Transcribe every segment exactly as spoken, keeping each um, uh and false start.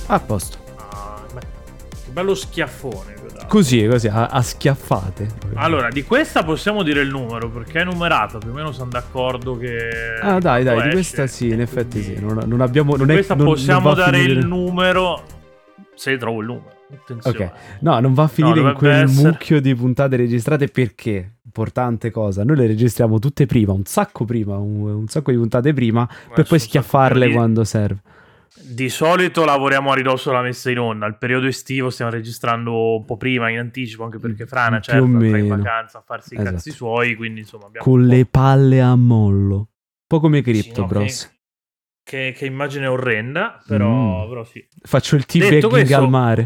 A posto. Ah, beh, che bello schiaffone. Così, così, a, a schiaffate. Allora, di questa possiamo dire il numero, perché è numerata, più o meno sono d'accordo che... Ah dai, dai, esce, di questa sì, in effetti quindi... sì, non, non abbiamo... Non di è, questa non, possiamo non dare finire... il numero, se trovo il numero, attenzione. Ok, no, non va a finire no, in quel essere... mucchio di puntate registrate perché, importante cosa, noi le registriamo tutte prima, un sacco prima, un, un sacco di puntate prima, Ma per poi sono schiaffarle di... quando serve. Di solito lavoriamo a ridosso della messa in onda. Il periodo estivo stiamo registrando un po' prima, in anticipo, anche perché Frana, più certo, o andrà in meno. vacanza a farsi Esatto. i cazzi suoi, quindi insomma abbiamo con le palle a mollo. Un po' come Crypto sì, no, Bros. Che, che, che immagine orrenda, però, Mm. però sì. Faccio il teabagging questo... al mare.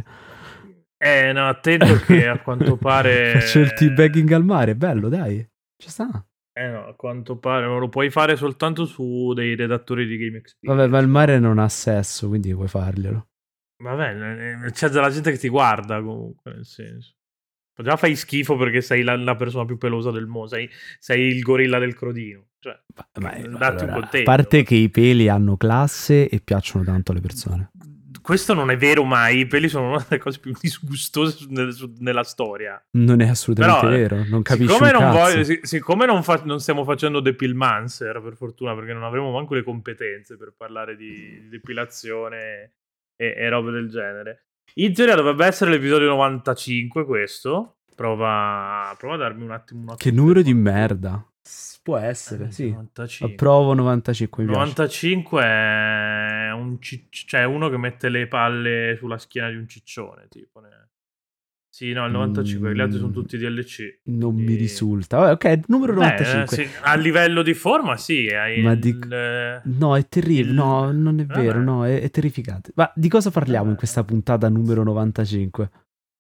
Eh, no, attento che a quanto pare... Faccio il teabagging al mare, bello, dai. Ci sta. Eh no, a quanto pare non lo puoi fare soltanto su dei redattori di Game Experience. Vabbè, ma il mare non ha sesso, quindi puoi farglielo. Vabbè, c'è della gente che ti guarda comunque, nel senso. Già fai schifo perché sei la, la persona più pelosa del mondo, sei, sei il gorilla del Crodino. Cioè, ma, ma, datti allora, un contento. A parte che i peli hanno classe e piacciono tanto alle persone. Questo non è vero mai, i peli sono una delle cose più disgustose nel, su, nella storia. Non è assolutamente Però, vero, non capisci siccome un non cazzo. voglio, sic- siccome non, fa, non stiamo facendo Depilmancer, per fortuna, perché non avremo manco le competenze per parlare di, di depilazione e, e robe del genere. In teoria dovrebbe essere l'episodio novantacinque questo. Prova, prova a darmi un attimo una Che numero di merda. Può essere, eh, sì. novantacinque. Approvo novantacinque, mi novantacinque è un cic- cioè uno che mette le palle sulla schiena di un ciccione, tipo. Ne... Sì, no, il novantacinque, mm, gli altri sono tutti D L C. Non quindi... mi risulta. Vabbè, ok, numero Beh, novantacinque. sì, a livello di forma sì, hai Ma il... di... No, è terribile, il... no, non è Vabbè. vero, no, è, è terrificante. Ma di cosa parliamo Vabbè. in questa puntata numero novantacinque?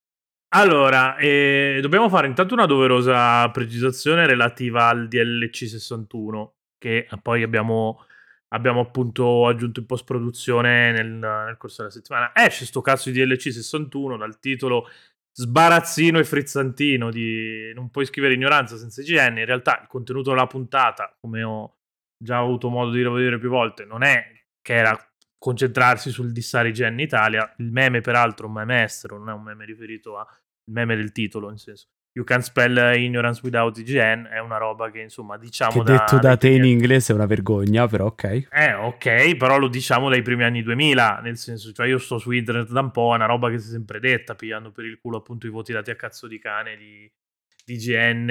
Allora, eh, dobbiamo fare intanto una doverosa precisazione relativa al D L C sessantuno, che poi abbiamo, abbiamo appunto aggiunto in post-produzione nel, nel corso della settimana. Esce sto cazzo di D L C sessantuno dal titolo sbarazzino e frizzantino di Non puoi scrivere ignoranza senza I G N. In realtà il contenuto della puntata, come ho già avuto modo di rivedere più volte, non è che era concentrarsi sul dissare I G N Italia. Il meme peraltro è un meme estero, non è un meme riferito al meme del titolo, nel senso You Can't Spell Ignorance Without I G N è una roba che insomma diciamo che da, detto da te primi... in inglese è una vergogna, però ok. Eh ok, però lo diciamo dai primi anni duemila, nel senso, cioè io sto su internet da un po', è una roba che si è sempre detta, pigliando per il culo appunto i voti dati a cazzo di cane di, di I G N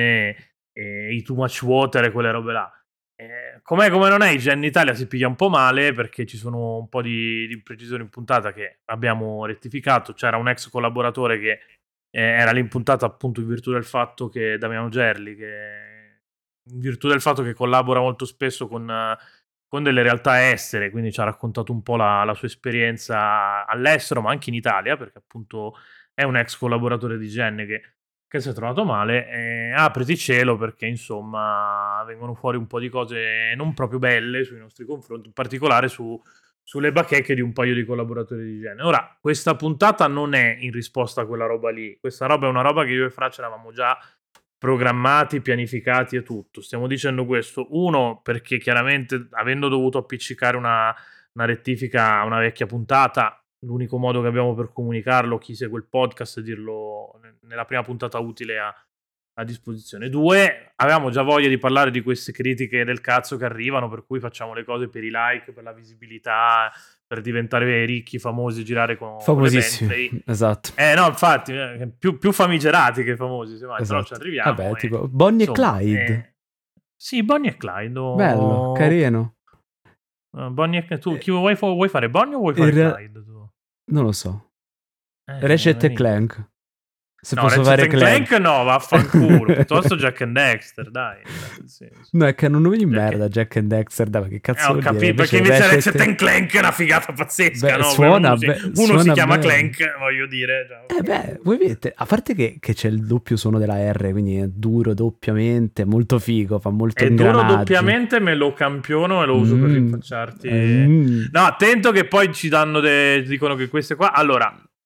e i Too Much Water e quelle robe là. Eh, com'è come non è, I G N Italia si piglia un po' male perché ci sono un po' di, di imprecisioni in puntata che abbiamo rettificato. C'era un ex collaboratore che eh, era lì in puntata appunto in virtù del fatto che Damiano Gerli, che in virtù del fatto che collabora molto spesso con, uh, con delle realtà estere, quindi ci ha raccontato un po' la, la sua esperienza all'estero ma anche in Italia, perché appunto è un ex collaboratore di I G N che che si è trovato male, eh, apriti cielo perché insomma vengono fuori un po' di cose non proprio belle sui nostri confronti, in particolare su, sulle bacheche di un paio di collaboratori di G N. Ora, questa puntata non è in risposta a quella roba lì, questa roba è una roba che io e Fra ce l'avamo già programmati, pianificati e tutto. Stiamo dicendo questo, uno, perché chiaramente avendo dovuto appiccicare una, una rettifica a una vecchia puntata, l'unico modo che abbiamo per comunicarlo, chi segue il podcast, è dirlo nella prima puntata utile a, a disposizione. Due, avevamo già voglia di parlare di queste critiche del cazzo che arrivano, per cui facciamo le cose per i like, per la visibilità, per diventare ricchi, famosi, girare con, con le Bentley. Esatto. Eh no, infatti, eh, più, più famigerati che famosi, se mai, esatto. però ci arriviamo. Vabbè, e, tipo Bonnie insomma, e Clyde. Eh, sì, Bonnie e Clyde. Oh, bello, carino. Uh, Bonnie e tu, chi vuoi, vuoi fare Bonnie o vuoi fare re- Clyde? Tu? Non lo so. Eh, Ratchet e Clank. Se no, posso Ratchet fare Clank, Clank no, vaffanculo. Piuttosto Jack and Dexter, dai. No, è che hanno nomi di merda, Jack and Dexter, dai, ma che cazzo eh, ho capito, perché invece Ratchet, Ratchet and Clank è una figata pazzesca, beh, no? Suona, uno, beh, si, uno suona si chiama bene. Clank, voglio dire. Cioè, eh beh, voi vedete, a parte che, che c'è il doppio suono della R, quindi è duro doppiamente, molto figo, fa molto è ingranaggi. duro doppiamente, me lo campiono e lo uso mm. per rinfacciarti. Mm. No, attento che poi ci danno de... dicono che queste qua... Allora...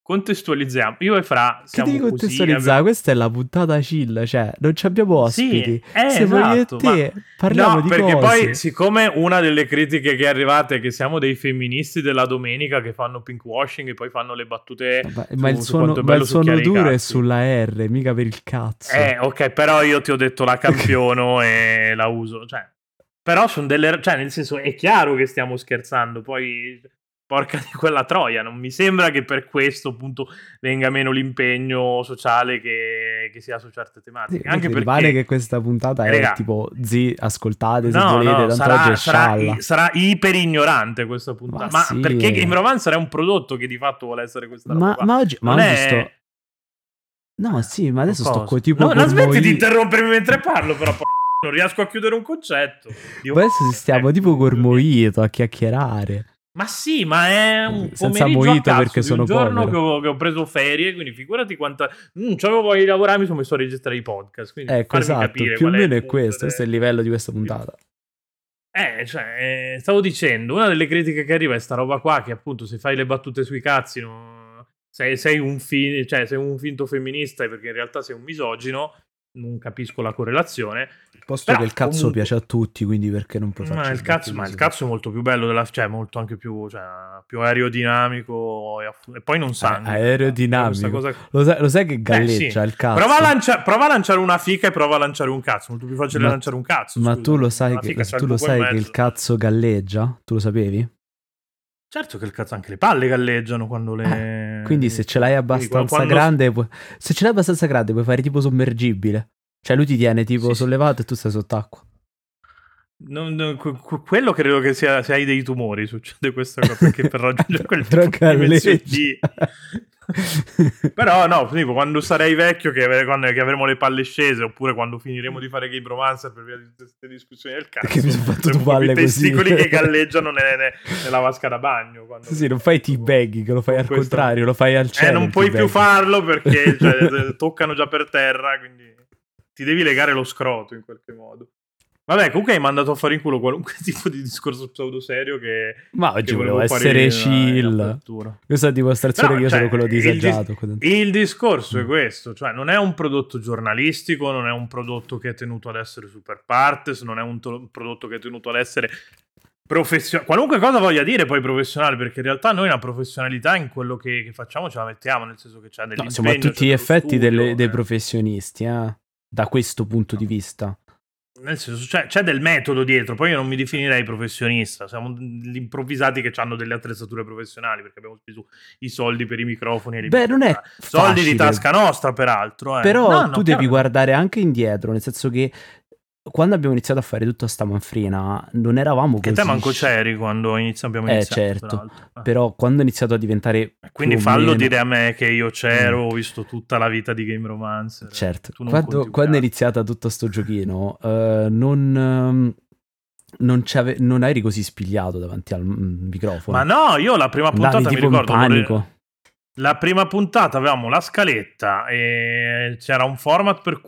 contestualizziamo. Io e Fra Che siamo devi così. contestualizzare? abbiamo- Questa è la puntata chill, cioè non ci abbiamo ospiti. Sì, eh, Siamo io e esatto, te, ma- parliamo No, di perché cose. poi, siccome una delle critiche che è arrivata è che siamo dei femministi della domenica che fanno pinkwashing e poi fanno le battute Ma, su, ma il su suono, quanto è ma il bello suono succhiare i duro è cazzi. sulla R, mica per il cazzo. Eh, ok, però io ti ho detto la campiono e la uso, cioè, però sono delle, cioè, nel senso, è chiaro che stiamo scherzando, poi, porca di quella troia, non mi sembra che per questo, appunto, venga meno l'impegno sociale che, che si ha su certe Sì, tematiche, anche mi perché, pare che questa puntata è raga, tipo, zi, ascoltate se no, volete, no, tanto sarà, oggi è sarà, scialla. i- sarà iper ignorante questa puntata, Ma ma, sì, perché eh. Game Romancer è un prodotto che di fatto vuole essere questa roba Ma, qua. ma oggi, ma Non oggi è... sto... No, sì, ma adesso sto Cosa? co- tipo No, non smetti gormoi- di interrompermi mentre parlo, però po- non riesco a chiudere un concetto. Dio, Ma adesso stiamo ecco, tipo Dio mio. gormoito a chiacchierare. Ma sì, ma è un Senza pomeriggio a mojito cazzo perché di sono un giorno povero. che ho, che ho preso ferie, quindi figurati quanta... Non c'avevo voglia di lavorare, mi sono messo a registrare i podcast, quindi Ecco, farmi esatto, capire più o qual meno il è mood questo, de- questo è il livello di questa puntata. Eh, cioè, eh, stavo dicendo, una delle critiche che arriva è sta roba qua, che appunto se fai le battute sui cazzi no, sei, sei, un fi- cioè, sei un finto femminista perché in realtà sei un misogino, non capisco la correlazione. Posto Però, che il cazzo comunque- piace a tutti, quindi perché non puoi farci Ma il cazzo, ma il cazzo è molto più bello, della, cioè molto anche più, cioè, più aerodinamico e, aff- e poi non sangue. aerodinamico. Questa cosa... Lo sai, lo sai che galleggia Eh, sì. il cazzo? Prova a, lancia- prova a lanciare una fica e prova a lanciare un cazzo. Molto più facile Ma- lanciare un cazzo. Ma scusa. tu lo sai, Una che, fica c'ha tu il lo buco in sai che mezzo. il cazzo galleggia? Tu lo sapevi? Certo che il cazzo, anche le palle galleggiano quando le... Eh, quindi se ce l'hai abbastanza quando- grande, puoi... se ce l'hai abbastanza grande puoi fare tipo sommergibile. Cioè lui ti tiene tipo Sì, sì. sollevato e tu stai sott'acqua. Non- non- que- que- quello credo che sia se hai dei tumori succede questa cosa perché per raggiungere quel Però tipo di dimensioni di... galleggia. Però no, tipo, quando sarei vecchio che, ave- quando- che avremo le palle scese oppure quando finiremo di fare Game Romancer per via di tutte queste discussioni del cazzo Che mi sono fatto avremo due palle proprio i così. testicoli che galleggiano ne- ne- nella vasca da bagno quando- Sì, non fai teabagging, lo fai con al questo- contrario, lo fai al eh cielo. non il puoi più teabagging. farlo perché cioè, toccano già per terra, quindi ti devi legare lo scroto in qualche modo. Vabbè, comunque hai mandato a fare in culo qualunque tipo di discorso pseudo serio che... Ma oggi che volevo fare essere in- in chill. apertura. Questa è a dimostrazione Però, che io cioè, sono quello il dis- disagiato. Il discorso Mm. è questo, cioè non è un prodotto giornalistico, non è un prodotto che è tenuto ad essere super partes, non è un, to- un prodotto che è tenuto ad essere professionale, qualunque cosa voglia dire poi professionale, perché in realtà noi una professionalità in quello che, che facciamo ce la mettiamo, nel senso che c'è dell'impegno, No, siamo a tutti c'è gli dello effetti studio, delle- dei eh. professionisti, eh, da questo punto di vista. Nel senso, c'è, c'è del metodo dietro, poi io non mi definirei professionista, siamo gli improvvisati che hanno delle attrezzature professionali, perché abbiamo speso i soldi per i microfoni e le Beh, non è soldi facile. di tasca nostra, peraltro. Eh. Però No, no, tu chiaro devi che- guardare anche indietro, nel senso che quando abbiamo iniziato a fare tutta sta manfrina non eravamo Che così. te manco c'eri quando inizi- abbiamo Eh, iniziato. certo. peraltro. Eh. Però quando è iniziato a diventare Quindi più o fallo meno- dire a me che io c'ero, Mm. ho visto tutta la vita di Game Romancer. Certo, Tu non quando, conti un quando è cazzo. iniziata tutto sto giochino eh, non, ehm, non, c'ave- non eri così spigliato davanti al mm, microfono. Ma no, io la prima Andavi puntata mi tipo in ricordo... panico. La prima puntata avevamo la scaletta e c'era un format per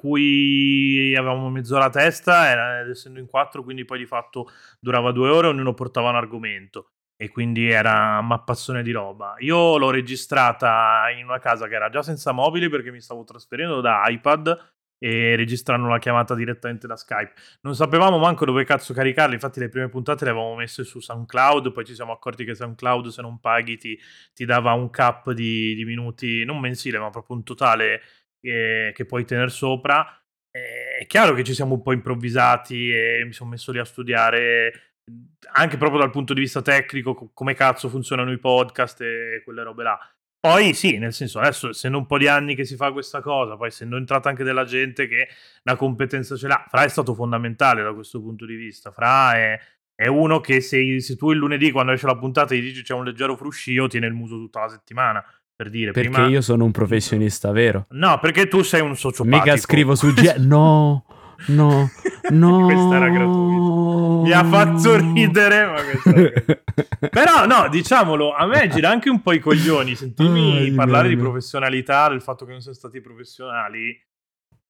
cui avevamo mezz'ora a testa, era, essendo in quattro, quindi poi di fatto durava due ore, ognuno portava un argomento e quindi era un mappazzone di roba. Io l'ho registrata in una casa che era già senza mobili perché mi stavo trasferendo da iPad e registrando la chiamata direttamente da Skype. Non sapevamo manco dove cazzo caricarle, infatti le prime puntate le avevamo messe su SoundCloud, poi ci siamo accorti che SoundCloud se non paghi ti, ti dava un cap di, di minuti, non mensile ma proprio un totale che, che puoi tenere sopra. È chiaro che ci siamo un po' improvvisati e mi sono messo lì a studiare anche proprio dal punto di vista tecnico co- come cazzo funzionano i podcast e quelle robe là. Poi sì, nel senso, adesso essendo un po' di anni che si fa questa cosa, poi essendo entrata anche della gente che la competenza ce l'ha, Fra è stato fondamentale da questo punto di vista. Fra è, è uno che se, se tu il lunedì quando esce la puntata gli dici c'è un leggero fruscio, tiene il muso tutta la settimana, per dire. Perché Prima... io sono un professionista, vero? No, perché tu sei un sociopatico. Mica scrivo su G... No, no, no. Questa era gratuita. Mi ha fatto ridere, ma questa era gratuita. Però no, diciamolo, a me gira anche un po' i coglioni sentirmi Ai, parlare di bello. professionalità, del fatto che non siano stati professionali.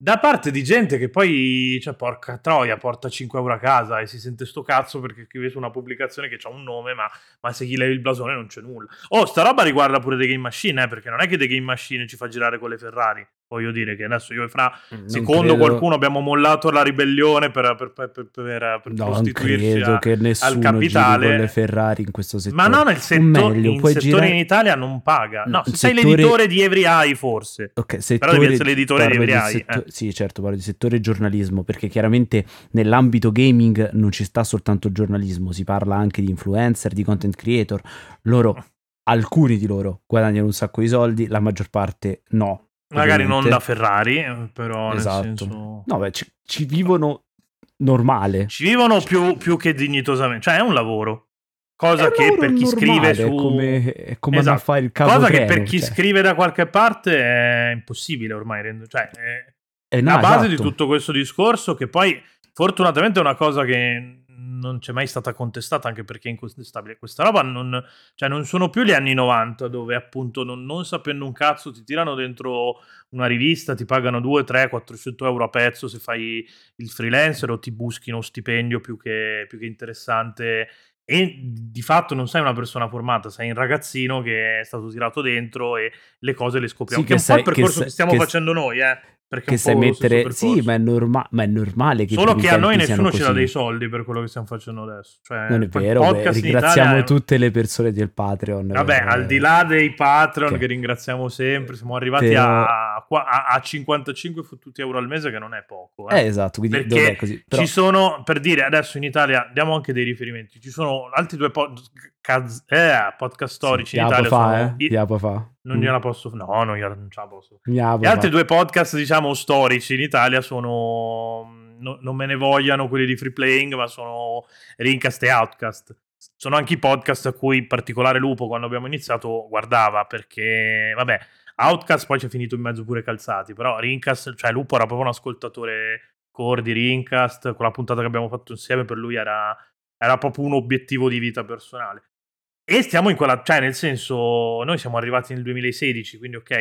da parte di gente che poi, cioè, porca troia, porta cinque euro a casa e si sente sto cazzo perché scrive su una pubblicazione che ha un nome, ma, ma se gli levi il blasone non c'è nulla. Oh, sta roba riguarda pure The Game Machine, eh, perché non è che The Game Machine ci fa girare con le Ferrari. Voglio dire che adesso io e Fra, Non secondo credo- qualcuno, abbiamo mollato la ribellione per, per, per, per, per, per No, non costituirci credo a- che al nessuno giri con le capitale. Ferrari in questo Ma settore. no, nel O setto- meglio, in puoi settore girare- in Italia non paga. No, No, se il sei settore- l'editore di Every Eye, forse. Ok, Però settore, devi essere l'editore di parlo Every di Eye. setto- eh. Sì, certo, parlo di settore giornalismo, perché chiaramente nell'ambito gaming non ci sta soltanto giornalismo, si parla anche di influencer, di content creator. Loro, alcuni di loro guadagnano un sacco di soldi, la maggior parte no. Magari non ovviamente. da Ferrari, eh, però Esatto. nel senso... No, beh, ci, ci vivono normale. Ci vivono più, più che dignitosamente. Cioè, è un lavoro. Cosa È un che lavoro per chi normale, scrive è su... come, è come Esatto. andare a fare il capo Cosa treno, che per chi cioè. scrive da qualche parte è impossibile ormai. rendo- Cioè, è Eh, no, la base di esatto. tutto questo discorso, che poi fortunatamente è una cosa che non c'è mai stata contestata, anche perché è incontestabile. Questa roba non, cioè non sono più gli anni novanta, dove appunto non, non sapendo un cazzo ti tirano dentro una rivista, ti pagano due, tre, quattrocento euro a pezzo se fai il freelancer o ti buschi uno stipendio più che, più che interessante, e di fatto non sei una persona formata, sei un ragazzino che è stato tirato dentro e le cose le scopriamo. Sì, che è che un po' il sai- che percorso che, sai- stiamo che- facendo noi, eh. Perché è Che un sai po' lo stesso mettere... Sì, percorso. ma è, norma- ma è normale che i Solo primi che a noi tempi siano nessuno ci dà così. dei soldi per quello che stiamo facendo adesso. Cioè, Non è quel vero, beh, podcast in ringraziamo Italia è- tutte le persone del Patreon. Vabbè, per- al di là dei Patreon, che- che ringraziamo sempre, siamo arrivati Però- a, qua- a, a cinquantacinque fottuti euro al mese, che non è poco. Eh. Eh, esatto, quindi Perché dov'è così? Però- ci sono, per dire, adesso in Italia, diamo anche dei riferimenti, ci sono altri due podcast, eh, podcast storici Sì, in gliela Italia. può fa, sono eh? i- Gliela può fa. non gliela posso, no, non, gliela, non ce la posso. Gliela può Gli altri fa. due podcast, diciamo, storici in Italia sono... no- non me ne vogliano quelli di Free Playing, ma sono Rincast e Outcast. Sono anche i podcast a cui in particolare Lupo, quando abbiamo iniziato, guardava, perché, vabbè, Outcast poi ci è finito in mezzo pure Calzati, però Rincast, cioè Lupo era proprio un ascoltatore core di Rincast, con la puntata che abbiamo fatto insieme per lui era, era proprio un obiettivo di vita personale. E stiamo in quella, cioè nel senso, noi siamo arrivati nel duemilasedici, quindi ok,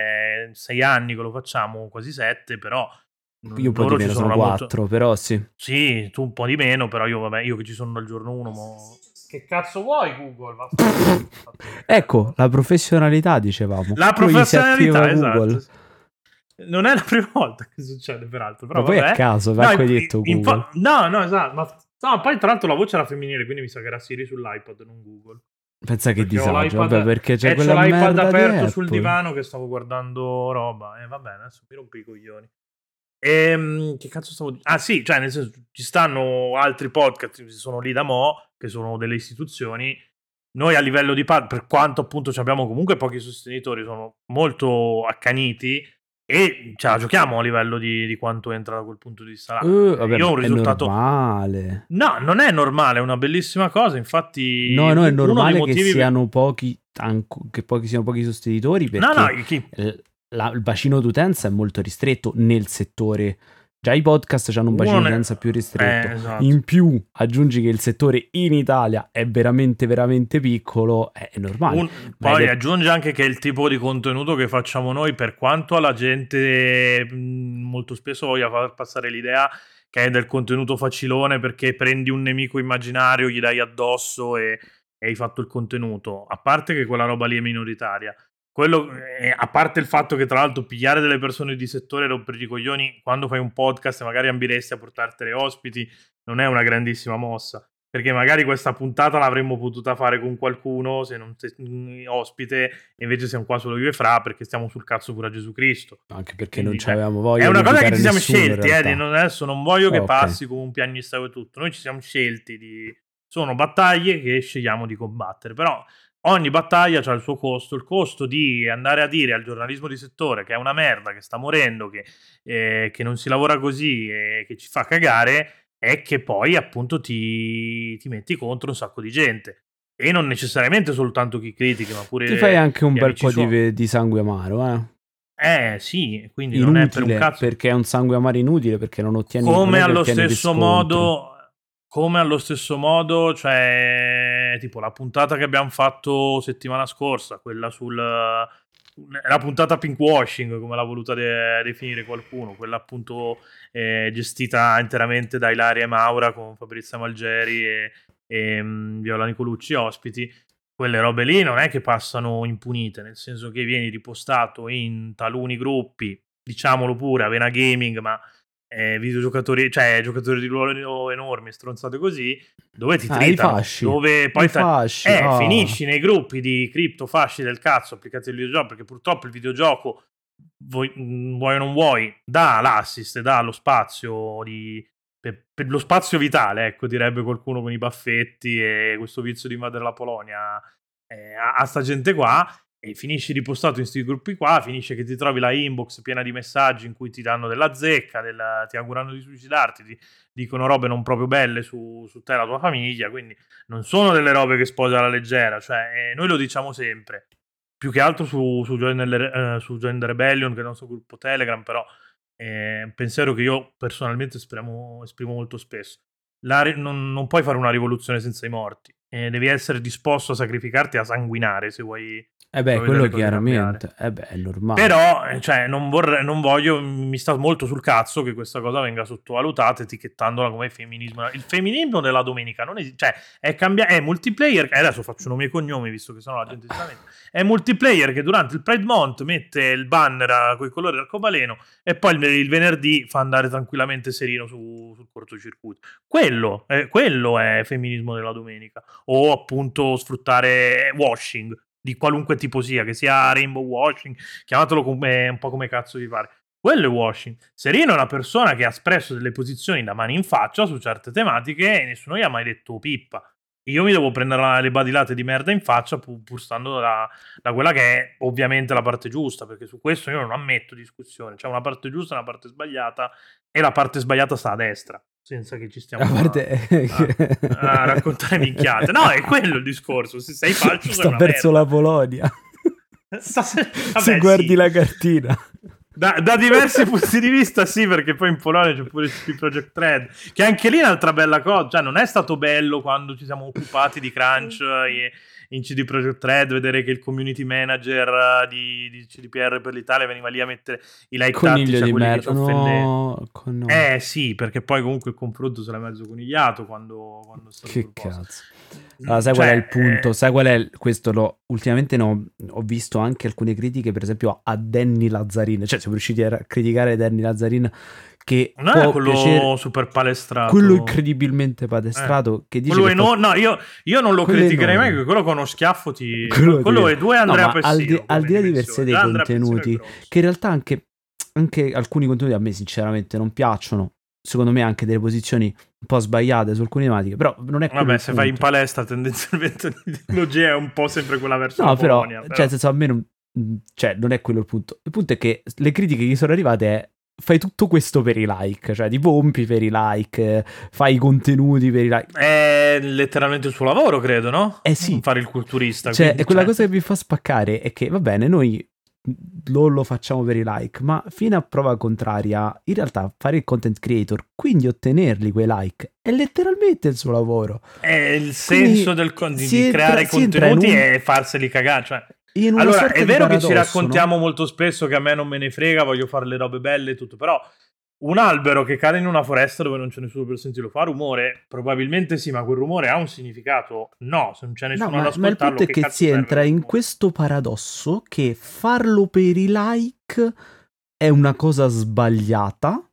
è sei anni che lo facciamo, quasi sette, però Io un po' di loro ci meno, sono da molto- quattro, però sì. Sì, tu un po' di meno, però io vabbè, io che ci sono dal giorno uno, mo... Che cazzo vuoi Google? Va- Ecco, la professionalità, dicevamo. La Poi si professionalità, attiva Google. esatto. Non è la prima volta che succede, peraltro. Però Ma poi vabbè. a caso, No, manco hai in- detto in- Google. no, no, esatto. Ma no, poi tra l'altro la voce era femminile, quindi mi sa che era Siri sull'iPad, non Google. Pensa che Perché ho disagio, l'iPad- vabbè, perché c'è eh, quella c'ho l'iPad merda di aperto sul Apple. divano che stavo guardando roba. E eh, va bene, adesso mi rompi i coglioni. Ehm, che cazzo stavo dicendo? Ah sì, cioè nel senso ci stanno altri podcast che sono lì da mo', che sono delle istituzioni. Noi a livello di pad, per quanto appunto ci abbiamo comunque pochi sostenitori, sono molto accaniti e ce la giochiamo a livello di, di quanto entra da quel punto di vista là. Eh, vabbè, Io ho un ma risultato... è normale. No, non è normale, è una bellissima cosa, infatti... No, no, è uno normale dei che motivi- siano pochi, anco- che pochi siano pochi sostenitori, perché No, no, chi- l- la- il bacino d'utenza è molto ristretto nel settore. Già i podcast hanno un Uno bacino ne- d'utenza più ristretto. Eh, esatto. In più aggiungi che il settore in Italia è veramente, veramente piccolo, è normale. Un- Ma poi ed è- aggiunge anche che il tipo di contenuto che facciamo noi, per quanto alla gente mh, molto spesso voglia far passare l'idea che è del contenuto facilone perché prendi un nemico immaginario, gli dai addosso e, e hai fatto il contenuto, a parte che quella roba lì è minoritaria. Quello, eh, a parte il fatto che tra l'altro pigliare delle persone di settore e rompergli i coglioni quando fai un podcast e magari ambiresti a portartele ospiti non è una grandissima mossa, perché magari questa puntata l'avremmo potuta fare con qualcuno se non se- mh, ospite, e invece siamo qua solo io e Fra perché stiamo sul cazzo pure a Gesù Cristo. Anche perché Quindi, non cioè, avevamo voglia è una di cosa che invitare ci siamo nessuno, in scelti, eh, realtà. di non- adesso non voglio che Ok. passi come un piagnisteo e tutto, noi ci siamo scelti di... sono battaglie che scegliamo di combattere, però ogni battaglia ha il suo costo, il costo di andare a dire al giornalismo di settore che è una merda, che sta morendo, che, eh, che non si lavora così e che ci fa cagare, è che poi appunto ti, ti metti contro un sacco di gente, e non necessariamente soltanto chi critica, ma pure Ti fai anche un gli bel amici po' di, suoi. ve- di sangue amaro, eh. Eh sì, quindi non è per un Inutile, cazzo. perché è un sangue amaro inutile, perché non ottieni non Come è che allo ottieni stesso riscontri. modo, come allo stesso modo, cioè tipo la puntata che abbiamo fatto settimana scorsa, quella sul la puntata pinkwashing, come l'ha voluta de- definire qualcuno, quella appunto eh, gestita interamente da Ilaria e Maura con Fabrizia Malgeri e, e um, Viola Nicolucci ospiti. Quelle robe lì non è che passano impunite, nel senso che vieni ripostato in taluni gruppi, diciamolo pure, Avena Gaming, ma eh, videogiocatori, cioè giocatori di ruolo enormi, stronzate così, dove ti Ah, i tritano, fasci. dove poi I fasci. eh, ah. finisci nei gruppi di criptofasci del cazzo applicati al videogioco, perché purtroppo il videogioco, vuoi, vuoi o non vuoi, dà l'assist, dà lo spazio di, per, per lo spazio vitale, ecco, direbbe qualcuno con i baffetti e questo vizio di invadere la Polonia eh, a, a sta gente qua, e finisci ripostato in questi gruppi qua, finisce che ti trovi la inbox piena di messaggi in cui ti danno della zecca, della, ti augurano di suicidarti, ti dicono robe non proprio belle su, su te e la tua famiglia, quindi non sono delle robe che sposi alla leggera, cioè eh, noi lo diciamo sempre, più che altro su, su, Join, eh, su Join the Rebellion, che è il nostro gruppo Telegram, però è un pensiero che io personalmente esprimo, esprimo molto spesso. La, non, non puoi fare una rivoluzione senza i morti, eh, devi essere disposto a sacrificarti, a sanguinare se vuoi. Eh beh, Vuoi quello vedere le cose chiaramente. cambiare. Eh beh, è normale. Però, eh, cioè, non, vorrei, non voglio, mi sta molto sul cazzo che questa cosa venga sottovalutata etichettandola come femminismo. Il femminismo della domenica non esiste, cioè, è cambiato, è multiplayer, eh, adesso faccio nomi e cognomi visto che sennò la gente si lamenta. È multiplayer che durante il Pride Month mette il banner con i colori arcobaleno e poi il, il venerdì fa andare tranquillamente serino su, sul cortocircuito. Quello, eh, quello è femminismo della domenica. O appunto sfruttare washing di qualunque tipo sia, che sia rainbow washing, chiamatelo come, un po' come cazzo vi pare. Quello è washing. Serino è una persona che ha espresso delle posizioni da mani in faccia su certe tematiche e nessuno gli ha mai detto pippa. Io mi devo prendere le badilate di merda in faccia pur, pur stando da, da quella che è ovviamente la parte giusta, perché su questo io non ammetto discussione. C'è una parte giusta e una parte sbagliata e la parte sbagliata sta a destra, senza che ci stiamo a, parte... a, a, a raccontare minchiate. No, è quello il discorso. Se sei falso, sta sei una verso merda. la Polonia. Sta, vabbè, se guardi sì. la cartina. Da, da diversi punti di vista sì, perché poi in Polonia c'è pure C D Projekt Red, che anche lì è un'altra bella cosa, cioè non è stato bello quando ci siamo occupati di crunch e, in C D Projekt Red, vedere che il community manager di, di C D P R per l'Italia veniva lì a mettere i like Coniglio tattici a di quelli merda. che ci offendevano. No, con no. Eh sì, perché poi comunque il confronto se l'ha mezzo conigliato quando, quando è stato che proposto. cazzo. Allora, sai cioè, qual è il punto? Eh... Sai qual è il... questo? Lo... Ultimamente no, ho visto anche alcune critiche, per esempio a Danny Lazzarin. Cioè, siamo riusciti a criticare Danny Lazzarin, che non può è quello piacere... super palestrato, quello incredibilmente palestrato, eh. che dice quello che eno... fa... no, io, io non lo quello criticherei enorme. mai, perché quello con uno schiaffo ti quello, quello ti... è due Andrea no, Pessino, al di, al di là di per sé dei contenuti, che in realtà anche, anche alcuni contenuti a me sinceramente non piacciono, secondo me anche delle posizioni un po' sbagliate su alcune tematiche, però non è quello. Vabbè, il se punto. vai in palestra tendenzialmente l'ideologia è un po' sempre quella verso no, la però, Polonia, però. Cioè, nel senso, a me non, cioè, non è quello il punto. Il punto è che le critiche che gli sono arrivate è: fai tutto questo per i like, cioè ti pompi per i like, fai i contenuti per i like. È letteralmente il suo lavoro, credo, no? Eh sì. Fare il culturista. Cioè, quindi, è quella cioè... cosa che mi fa spaccare è che, va bene, noi non lo facciamo per i like, ma fino a prova contraria, in realtà fare il content creator, quindi ottenerli quei like, è letteralmente il suo lavoro. È il senso del con- di, di entra, creare contenuti un... e farseli cagare, cioè... In una allora, è vero che ci paradosso, raccontiamo no? molto spesso che a me non me ne frega, voglio fare le robe belle e tutto, però un albero che cade in una foresta dove non c'è nessuno per sentirlo fa rumore, probabilmente sì, ma quel rumore ha un significato? No, se non c'è nessuno no, ad ma, ascoltarlo, ma il punto è che, che si entra in questo paradosso che farlo per i like è una cosa sbagliata,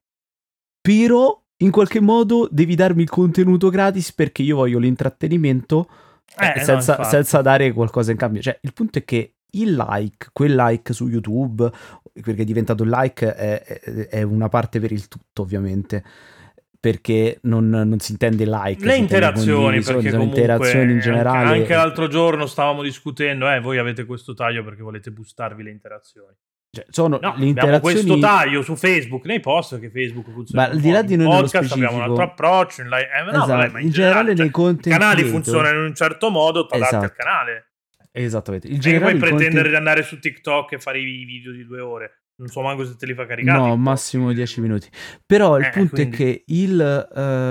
però in qualche modo devi darmi il contenuto gratis perché io voglio l'intrattenimento eh, senza, no, senza dare qualcosa in cambio. Cioè, il punto è che il like, quel like su YouTube, perché è diventato il like, è, è, è una parte per il tutto, ovviamente, perché non, non si intende like, le interazioni, perché sono comunque interazioni in generale. Anche, anche l'altro giorno stavamo discutendo, eh, voi avete questo taglio perché volete boostarvi le interazioni. Cioè, sono no, le interazioni... abbiamo questo taglio su Facebook nei post, perché Facebook funziona. Ma al di là di noi nello podcast specifico, abbiamo un altro approccio. In, live... eh, no, esatto, vabbè, ma in, in generale, generale cioè, nei content i canali creator funzionano in un certo modo, tu adatti esatto. al canale. Esattamente. Il non generale puoi pretendere content... di andare su TikTok e fare i video di due ore. non so manco se te li fa caricare. No, massimo dieci minuti. Però il Eh, punto quindi- è che il...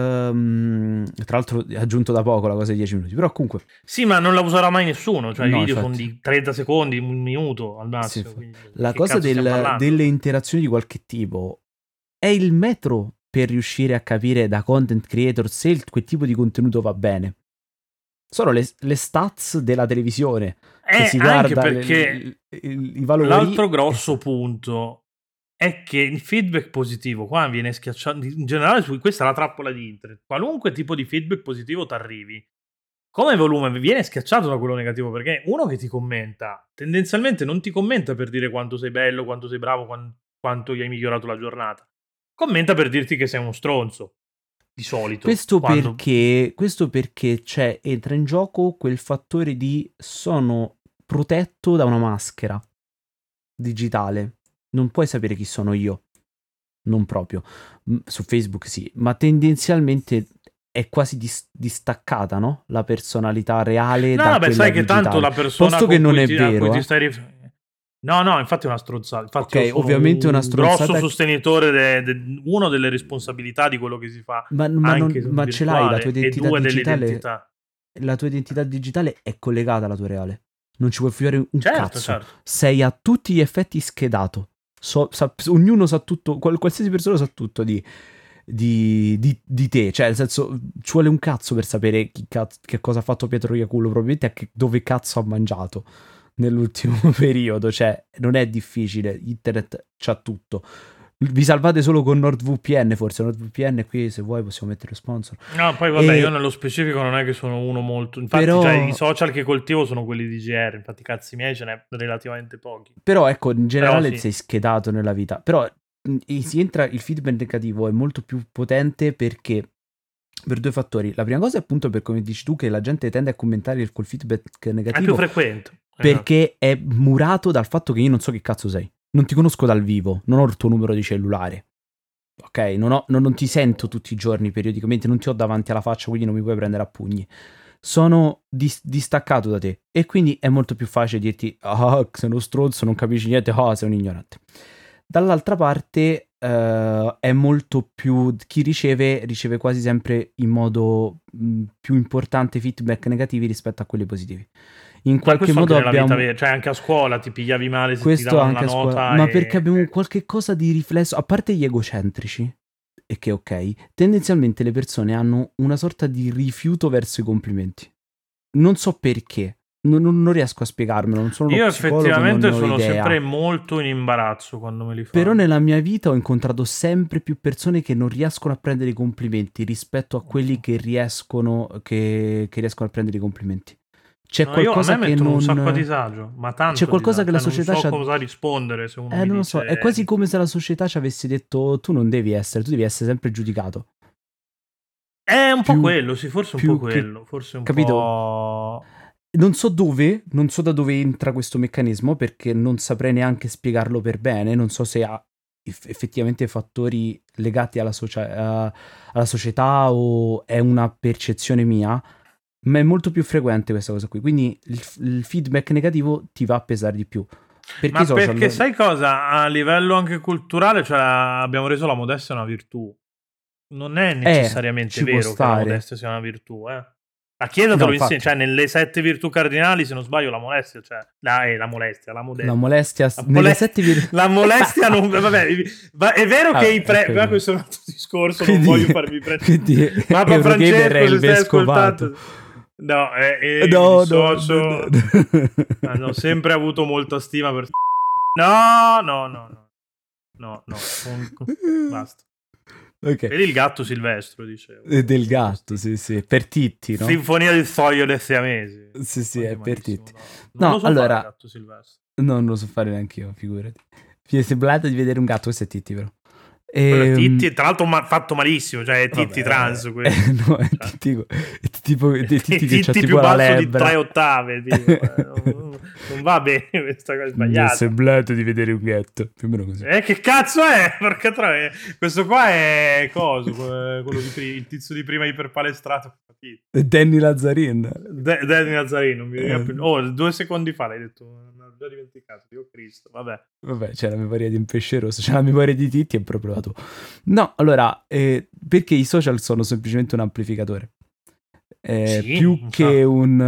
ehm, tra l'altro è aggiunto da poco la cosa di dieci minuti, però comunque... Sì, ma non la userà mai nessuno, cioè No, i video infatti. sono di trenta secondi, un minuto al massimo. Sì, quindi la che cosa cazzo stiamo del- parlando? delle interazioni di qualche tipo è il metro per riuscire a capire da content creator se il- quel tipo di contenuto va bene. Sono le, le stats della televisione che Eh, si anche guarda le- perché le- i, i valori. l'altro grosso e- punto è che il feedback positivo qua viene schiacciato in generale su questa è la trappola di internet. Qualunque tipo di feedback positivo ti arrivi, come volume viene schiacciato da quello negativo, perché uno che ti commenta tendenzialmente non ti commenta per dire quanto sei bello, quanto sei bravo, quan- quanto gli hai migliorato la giornata. Commenta per dirti che sei uno stronzo. Di solito. Questo quando- perché, questo perché c'è, entra in gioco quel fattore di sono protetto da una maschera digitale. Non puoi sapere chi sono io. Non proprio. M- Su Facebook sì, ma tendenzialmente è quasi dis- distaccata, no? La personalità reale No, da vabbè, quella sai che digitale. tanto la persona Posto con che non cui è ti, a cui vero, ti eh. stai riferendo. No, no, infatti è una stronzata. Infatti Ok, io sono ovviamente un una stronzata grosso che- sostenitore de, de- uno delle responsabilità di quello che si fa Ma, ma non- anche sul ma ce l'hai la virtuale tua e identità due digitale. dell'identità. La tua identità digitale è collegata alla tua reale. Non ci puoi fare un Certo, cazzo. certo. Sei a tutti gli effetti schedato. So- sa- ognuno sa tutto, qual- qualsiasi persona sa tutto di, di, di- di te. Cioè, nel senso, ci vuole un cazzo per sapere chi cazzo- che cosa ha fatto Pietro Iacullo, probabilmente a che- dove cazzo ha mangiato nell'ultimo periodo. Cioè, non è difficile. Internet c'ha tutto. Vi salvate solo con NordVPN, forse. NordVPN qui, se vuoi, possiamo mettere sponsor. No, poi vabbè, E- io nello specifico non è che sono uno molto. Infatti, Però- cioè, i social che coltivo sono quelli di G R. Infatti, cazzi miei ce n'è relativamente pochi. Però ecco, in generale sì. sei schedato nella vita. Però mh, e si entra, il feedback negativo è molto più potente perché per due fattori. La prima cosa è appunto per come dici tu che la gente tende a commentare col feedback È più negativo frequente. perché è murato dal fatto che io non so che cazzo sei. Non ti conosco dal vivo, non ho il tuo numero di cellulare. Ok, non, ho- non- non ti sento tutti i giorni periodicamente, non ti ho davanti alla faccia, quindi non mi puoi prendere a pugni. Sono dis- distaccato da te e quindi è molto più facile dirti ah, sei uno stronzo, non capisci niente, ah, sei un ignorante. Dall'altra parte eh, è molto più chi riceve riceve quasi sempre in modo mh, più importante feedback negativi rispetto a quelli positivi. In Ma qualche questo modo anche nella abbiamo vita vera, cioè anche a scuola ti pigliavi male se ti questo davano anche la a scuola, nota ma e- perché abbiamo qualche cosa di riflesso, a parte gli egocentrici, e che ok, tendenzialmente le persone hanno una sorta di rifiuto verso i complimenti. Non so perché, non, non- non riesco a spiegarmelo, non sono uno Io psicologo, effettivamente non ne ho sono idea. sempre molto in imbarazzo quando me li fanno. Però nella mia vita ho incontrato sempre più persone che non riescono a prendere i complimenti rispetto a quelli che riescono, che, che riescono a prendere i complimenti. C'è No, io, a qualcosa me che mettono non... un sacco a disagio, ma tanto C'è qualcosa a che la disagio. Cioè, società non so c'ha- cosa rispondere se uno Eh, mi non lo dice... so, è quasi come se la società ci avesse detto tu non devi essere, tu devi essere sempre giudicato. È un più- po' quello, sì, forse un più po' che- quello, forse un capito? po'... Non so dove, non so da dove entra questo meccanismo perché non saprei neanche spiegarlo per bene, non so se ha eff- effettivamente fattori legati alla, socia- a- alla società o è una percezione mia, ma è molto più frequente questa cosa qui, quindi il, il feedback negativo ti va a pesare di più. Perché Ma i social... perché sai cosa? A livello anche culturale, cioè, abbiamo reso la modestia una virtù. Non è necessariamente ci può vero che la stare. modestia sia una virtù, eh. La Chiesa te No, lo infatti. insegna, cioè nelle sette virtù cardinali, se non sbaglio, la molestia, cioè la, eh, la molestia, la modestia. La molestia, La nelle molestia- sette vir- La molestia non... Vabbè, va- è vero Ah, che i pre... ok. Ma questo è un altro discorso, Quindi- non voglio farmi prendere. quindi Papa Eurogamer Francesco, è il se stai vescovato. ascoltando... No, eh, eh, No, mi no, dissocio. no, no. Hanno sempre avuto molta stima per... No, no, no, no. No, no. Un- Basta. Ok. Vedi il gatto Silvestro, dicevo. Eh, Del gatto, sì, sì. Per Titti, no? Sinfonia del foglio dei siamesi. Sì, sì, Oggi è per malissimo, Titti. No, non No, lo so allora- fare il gatto Silvestro. No, non lo so fare neanche io, figurati. Mi è sembrato di vedere un gatto, questo è Titti, però. E, Titti, tra l'altro ma, fatto malissimo, cioè è Titti vabbè, trans eh, no, è cioè. tipo, è tipo è Titti che c'ha Titti tipo più la basso lebbra. di tre ottave tipo. eh, non, non va bene, questa cosa è Mi è sbagliata. sembrato di vedere un ghetto, più o meno così. Eh, che cazzo è? Porca troia. Questo qua è coso, quello di prima, il tizio di prima iperpalestrato. Danny Lazzarin. De- Danny Lazzarin, non mi Eh. più. Oh, due secondi fa l'hai detto, non ho già dimenticato, Dio Cristo, vabbè. Vabbè, c'è la memoria di un pesce rosso, c'è la memoria di Titti è proprio la tua. No, allora, eh, perché i social sono semplicemente un amplificatore. Eh, Sì, più, non che so. un,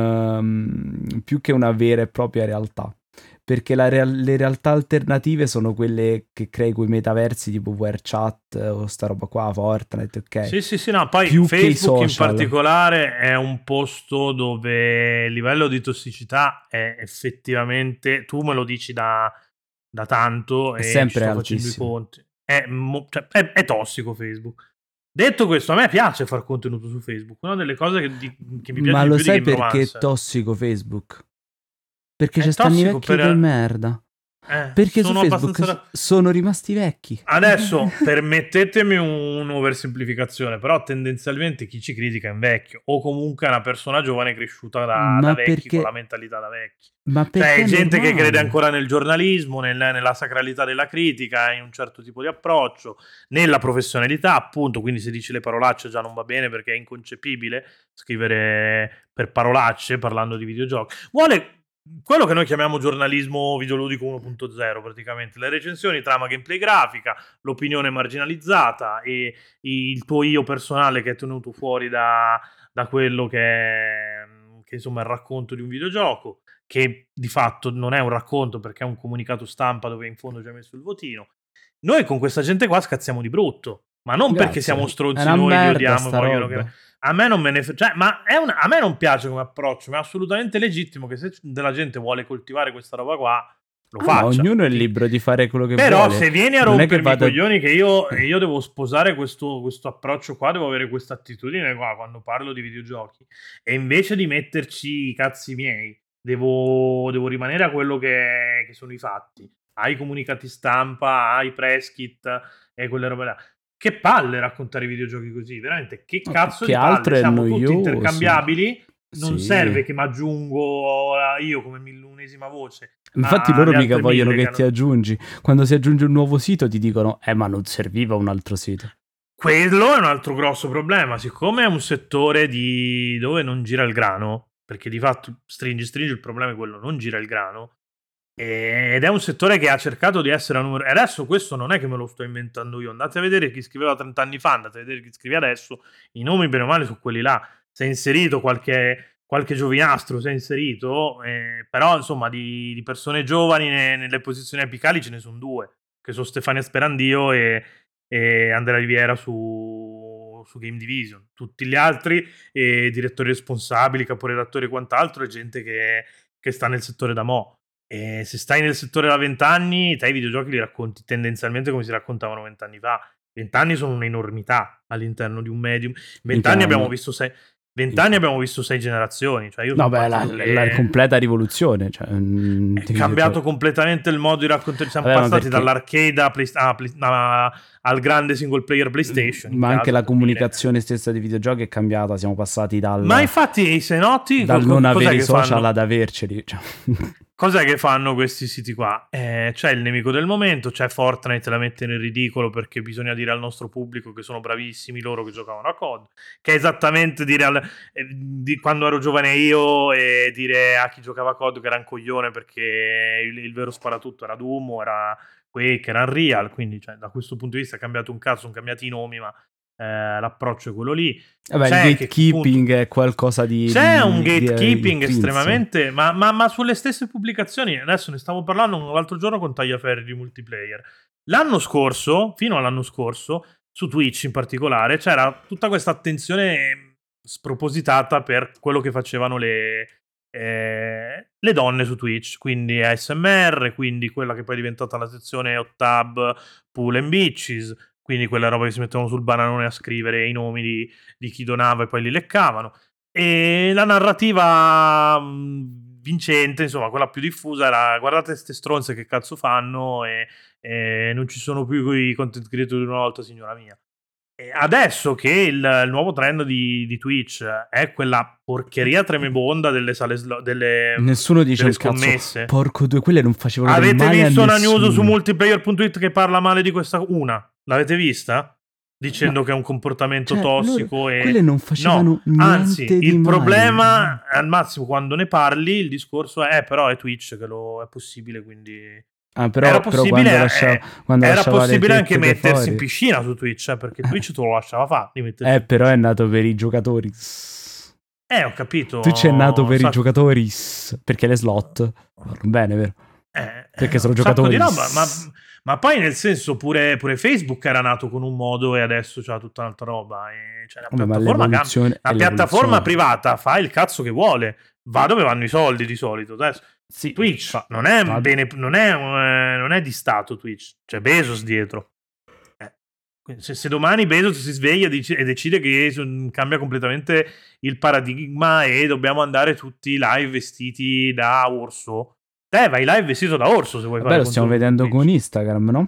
um, più che una vera e propria realtà. Perché la real- le realtà alternative sono quelle che crei quei metaversi tipo VRChat o sta roba qua, Fortnite, ok? Sì, sì, sì, no, poi Più che i Facebook in social. particolare è un posto dove il livello di tossicità è effettivamente, tu me lo dici da, da tanto È e ci sempre sto facendo i altissimo. conti, è, mo- cioè, è- è tossico Facebook. Detto questo, a me piace fare contenuto su Facebook, una delle cose che, di- che mi piace Ma di lo più di sai Game perché è Romance. tossico Facebook? Perché È ci stanno i tossico vecchi per... di merda. Eh, Perché su sono Facebook abbastanza... s- sono rimasti vecchi. Adesso permettetemi un'oversemplificazione, però tendenzialmente chi ci critica è un vecchio o comunque è una persona giovane cresciuta da, da Ma vecchi con la perché? mentalità da vecchi. Ma Cioè, perché è è gente che crede normale? ancora nel giornalismo, nel- nella sacralità della critica, in un certo tipo di approccio, nella professionalità, appunto. Quindi, se dici le parolacce già non va bene perché è inconcepibile scrivere per parolacce parlando di videogiochi. Vuole quello che noi chiamiamo giornalismo videoludico uno punto zero, praticamente le recensioni, trama, gameplay, grafica, l'opinione marginalizzata e il tuo io personale che è tenuto fuori da, da quello che è, che insomma è il racconto di un videogioco, che di fatto non è un racconto perché è un comunicato stampa dove in fondo ci hai messo il votino. Noi con questa gente qua scazziamo di brutto, ma non perché Grazie. siamo È stronzi una noi, li merda odiamo e sta vogliono che... roba. A me non me ne... Cioè, ma è una... a me non piace come approccio, ma è assolutamente legittimo che se della gente vuole coltivare questa roba qua, lo Ah, ma faccia. ognuno è Ti- libero di fare quello che Però vuole. se vieni a Non è che rompermi i vado... coglioni che io, io devo sposare questo, questo approccio qua, devo avere questa attitudine qua quando parlo di videogiochi, e invece di metterci i cazzi miei, devo, devo rimanere a quello che, che sono i fatti, ai comunicati stampa, ai press kit e quelle robe là. Che palle raccontare i videogiochi così, veramente, che Ma più cazzo che di palle, altro è siamo tutti noioso. intercambiabili, non Sì. serve che mi aggiungo io come millesima voce Infatti loro alle mica altre vogliono mille che che ti hanno... aggiungi. Quando si aggiunge un nuovo sito ti dicono eh ma non serviva un altro sito. Quello è un altro grosso problema, siccome è un settore di... dove non gira il grano, perché di fatto stringi stringi il problema è quello, non gira il grano, ed è un settore che ha cercato di essere a numero... E adesso questo non è che me lo sto inventando io, andate a vedere chi scriveva trenta anni fa, andate a vedere chi scrive adesso, i nomi bene o male sono quelli là, si è inserito qualche, qualche giovinastro, si è inserito, eh, però insomma di, di persone giovani ne, nelle posizioni apicali ce ne sono due, che sono Stefania Sperandio e, e Andrea Riviera su, su Game Division. Tutti gli altri, eh, direttori responsabili, caporedattori e quant'altro, è gente che, che sta nel settore da mo'. E se stai nel settore da vent'anni, te i videogiochi li racconti tendenzialmente come si raccontavano vent'anni fa. Vent'anni sono un'enormità all'interno di un medium. Vent'anni abbiamo visto sei... Vent'anni abbiamo visto sei generazioni. Cioè io No, sono beh, la, partito la che... completa rivoluzione. Cioè, mm, È di cambiato videogiochi. completamente il modo di raccontare. Siamo Vabbè, ma passati perché... dall'arcade a Play- a Play- a- al grande single player PlayStation in Ma anche caso la per dire. comunicazione stessa dei videogiochi è cambiata. Siamo passati dal, Ma infatti, se noti, co- dal co- non cos'è avere i che social fanno? ad averceli. Cioè. Cos'è che fanno questi siti qua? Eh, c'è il nemico del momento, c'è Fortnite, la mette nel ridicolo perché bisogna dire al nostro pubblico che sono bravissimi loro che giocavano a C O D, che è esattamente dire al, eh, di quando ero giovane io e dire a chi giocava a C O D che era un coglione perché il, il vero sparatutto era Doom, o era Quake, era Unreal, quindi cioè, da questo punto di vista è cambiato un cazzo, sono cambiati i nomi, ma eh, l'approccio è quello lì. Vabbè, il C'è che appunto... gatekeeping è qualcosa di, C'è un di, di, di gatekeeping intrinseo. estremamente, ma, ma, ma sulle stesse pubblicazioni, adesso ne stavo parlando l'altro giorno con Tagliaferri di Multiplayer. L'anno scorso, fino all'anno scorso, su Twitch in particolare, c'era tutta questa attenzione spropositata per quello che facevano le, eh, le donne su Twitch, quindi A S M R, quindi quella che poi è diventata la sezione hot tub Pool and Bitches, quindi quella roba che si mettevano sul bananone a scrivere i nomi di, di chi donava e poi li leccavano. E la narrativa mh, vincente, insomma, quella più diffusa era guardate queste stronze che cazzo fanno e, e non ci sono più i content creator di una volta, signora mia. E adesso che il, il nuovo trend di, di Twitch è quella porcheria tremebonda delle sale slo- delle, Nessuno dice delle un cazzo. scommesse. Porco due, quelle non facevano del Avete male visto a una nessuno. news su multiplayer punto it che parla male di questa una? L'avete vista? Dicendo Ma- che è un comportamento cioè, tossico loro- e quelle non facevano no, niente anzi, di il male. problema al massimo quando ne parli, il discorso è eh, però è Twitch che lo è possibile, quindi Ah, però, era però possibile, quando lasciava, eh, quando era lasciava le possibile anche tette mettersi fuori. in piscina su Twitch, eh, perché Twitch te lo lasciava fare di mettersi Eh, in però è piscina. nato per i giocatori. Eh, ho capito. Twitch è nato per sa- i giocatori. Perché le slot vanno bene, vero? Eh, Perché eh, sono un sacco giocatori. di roba, ma, ma poi nel senso pure, pure Facebook era nato con un modo e adesso c'ha tutta un'altra roba. E, cioè, la Vabbè, ma piattaforma, cam- l'evoluzione la è piattaforma l'evoluzione. privata fa il cazzo che vuole, va dove vanno i soldi di solito. Adesso, Sì, Twitch fa- non è, fa- bene, non, è, eh, non è di Stato Twitch, c'è Bezos dietro. Eh, quindi se, se domani Bezos si sveglia dice- e decide che son- cambia completamente il paradigma e dobbiamo andare tutti live vestiti da orso, te vai live vestito da orso se vuoi Vabbè, fare lo stiamo contenuto vedendo su Twitch. con Instagram, no?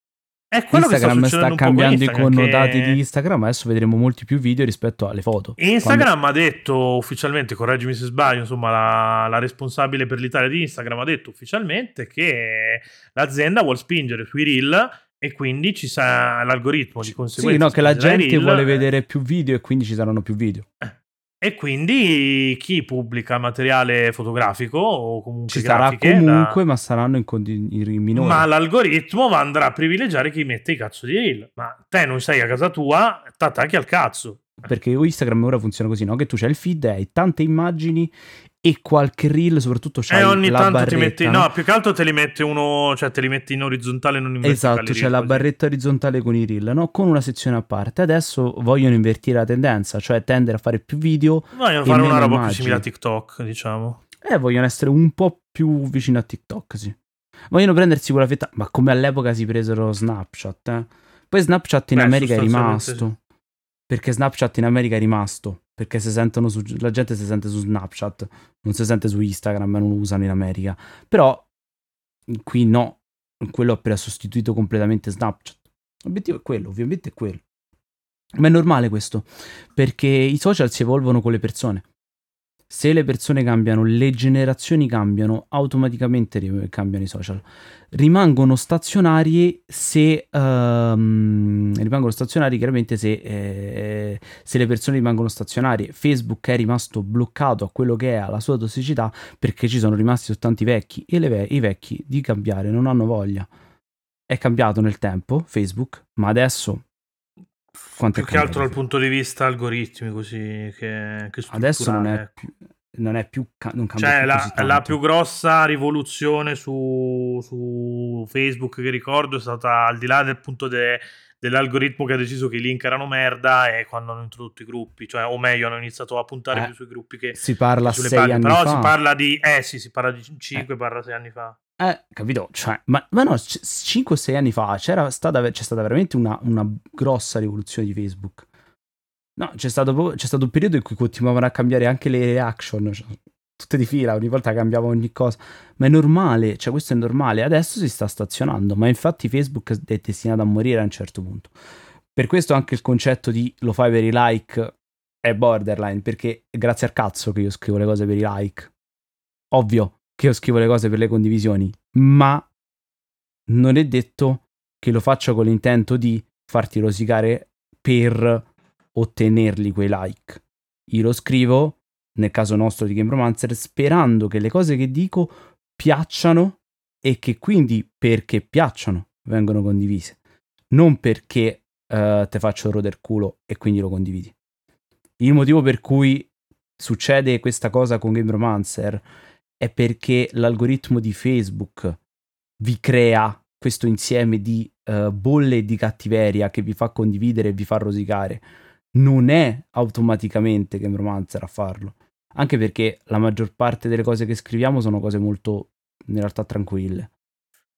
È quello Instagram che sta sta succedendo un po' con cambiando i Instagram, connotati che- di Instagram. Adesso vedremo molti più video rispetto alle foto. Instagram ha detto ufficialmente, correggimi se sbaglio, insomma la, la responsabile per l'Italia di Instagram ha detto ufficialmente che l'azienda vuole spingere sui reel e quindi ci sarà l'algoritmo di Quando... Sì, conseguenza. no, che la spingerà i gente reel, vuole eh, vedere più video e quindi ci saranno più video. E quindi chi pubblica materiale fotografico o comunque Ci sarà grafiche comunque, da- ma saranno in, condi- in minore. ma l'algoritmo va- andrà a privilegiare chi mette i cazzo di reel. Ma te non sei a casa tua, t'attacchi al cazzo. Perché Instagram ora funziona così, no? Che tu c'hai il feed, hai tante immagini e qualche reel, soprattutto c'hai E ogni la tanto barretta, ti metti, no? no, più che altro te li metti uno, cioè te li metti in orizzontale, non in verticale. Esatto, c'è reel, la così. barretta orizzontale con i reel, no? Con una sezione a parte. Adesso vogliono invertire la tendenza, cioè tendere a fare più video Vogliono e fare una meno roba immagini. più simile a TikTok, diciamo. Eh, vogliono essere un po' più vicino a TikTok, sì. Vogliono prendersi quella fetta, ma come all'epoca si presero Snapchat, eh? Poi Snapchat in Beh, America è sostanzialmente rimasto. Perché Snapchat in America è rimasto. Perché si sentono su, la gente si sente su Snapchat, non si sente su Instagram, non lo usano in America. Però qui no, quello ha appena sostituito completamente Snapchat. L'obiettivo è quello, ovviamente è quello. Ma è normale questo, perché i social si evolvono con le persone. Se le persone cambiano, le generazioni cambiano, automaticamente ri- cambiano i social. Rimangono stazionari se ehm, rimangono stazionari chiaramente se, eh, se le persone rimangono stazionarie. Facebook è rimasto bloccato a quello che è, alla sua tossicità, perché ci sono rimasti soltanto i vecchi e le ve- i vecchi di cambiare non hanno voglia. È cambiato nel tempo Facebook, ma adesso quanto è Più che altro dal cambiato? punto di vista algoritmi, così che, che Adesso non è strutturale. più, non è più ca- non cambia Cioè, più la, così tanto. la più grossa rivoluzione su, su Facebook che ricordo è stata, al di là del punto de- dell'algoritmo che ha deciso che i link erano merda, e quando hanno introdotto i gruppi, cioè, o meglio, hanno iniziato a puntare Eh, più sui gruppi che, si parla che sulle sei pagine. anni Però fa. si parla di, eh sì, si parla di cinque sei anni fa. Eh, capito? Cioè, ma, ma no, cinque o sei anni fa c'era stata, c'è stata veramente una, una grossa rivoluzione di Facebook. No, c'è stato, proprio- c'è stato un periodo in cui continuavano a cambiare anche le reaction, cioè, tutte di fila, ogni volta cambiava ogni cosa. Ma è normale, cioè questo è normale. Adesso si sta stazionando, ma infatti Facebook è destinato a morire a un certo punto. Per questo anche il concetto di lo fai per i like è borderline, perché è grazie al cazzo che io scrivo le cose per i like. Ovvio che io scrivo le cose per le condivisioni, ma non è detto che lo faccia con l'intento di farti rosicare per ottenerli quei like. Io lo scrivo, nel caso nostro di Game Romancer, sperando che le cose che dico piacciono e che quindi, perché piacciono, vengono condivise. Non perché uh, te faccio roder culo e quindi lo condividi. Il motivo per cui succede questa cosa con Game Romancer è perché l'algoritmo di Facebook vi crea questo insieme di uh, bolle e di cattiveria che vi fa condividere e vi fa rosicare. Non è automaticamente Game Romancer a farlo, anche perché la maggior parte delle cose che scriviamo sono cose molto, in realtà, tranquille.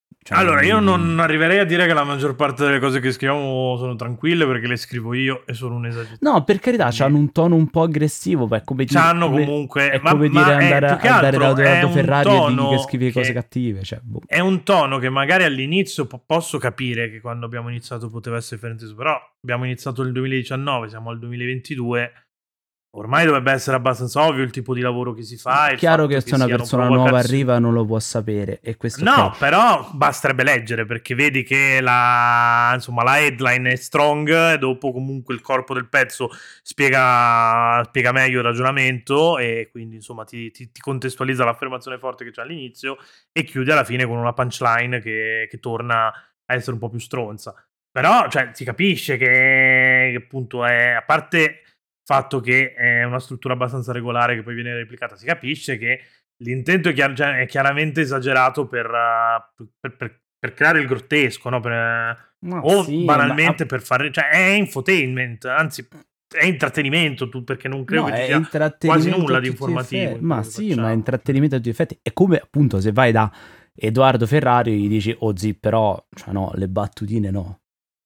Cioè, allora, io non... non arriverei a dire che la maggior parte delle cose che scriviamo sono tranquille, perché le scrivo io e sono un esagerato. No, per carità, hanno un tono un po' aggressivo, è come dire, C'hanno come, comunque, è ma, come ma dire è, andare, più che andare da altro è Edoardo un Ferrari e digli che tono scrive cose che cattive. Cioè, boh. è un tono che magari all'inizio po- posso capire che quando abbiamo iniziato poteva essere differente, però abbiamo iniziato nel duemiladiciannove, siamo al duemilaventidue. Ormai dovrebbe essere abbastanza ovvio il tipo di lavoro che si fa. È Il chiaro fatto che che se una siano persona nuova provocazioni. arriva non lo può sapere, e questo No, ok. però basterebbe leggere, perché vedi che la, insomma, la headline è strong e dopo comunque il corpo del pezzo spiega, spiega meglio il ragionamento, e quindi insomma ti, ti, ti contestualizza l'affermazione forte che c'è all'inizio e chiude alla fine con una punchline che, che torna a essere un po' più stronza. Però, cioè, si capisce che, che appunto è, a parte il fatto che è una struttura abbastanza regolare che poi viene replicata, si capisce che l'intento è, chiar- cioè, è chiaramente esagerato per, uh, per, per, per creare il grottesco, no? Per, Ma o sì, ma banalmente per fare... Cioè, è infotainment, anzi, è intrattenimento, tu, perché non credo no, che ci è sia quasi intrattenimento a nulla di tutti gli informativo effetti. in quello Ma che sì, ma è facciamo. intrattenimento a tutti gli effetti. È come appunto se vai da Edoardo Ferrari gli dici, oh zi, però, cioè no, le battutine no.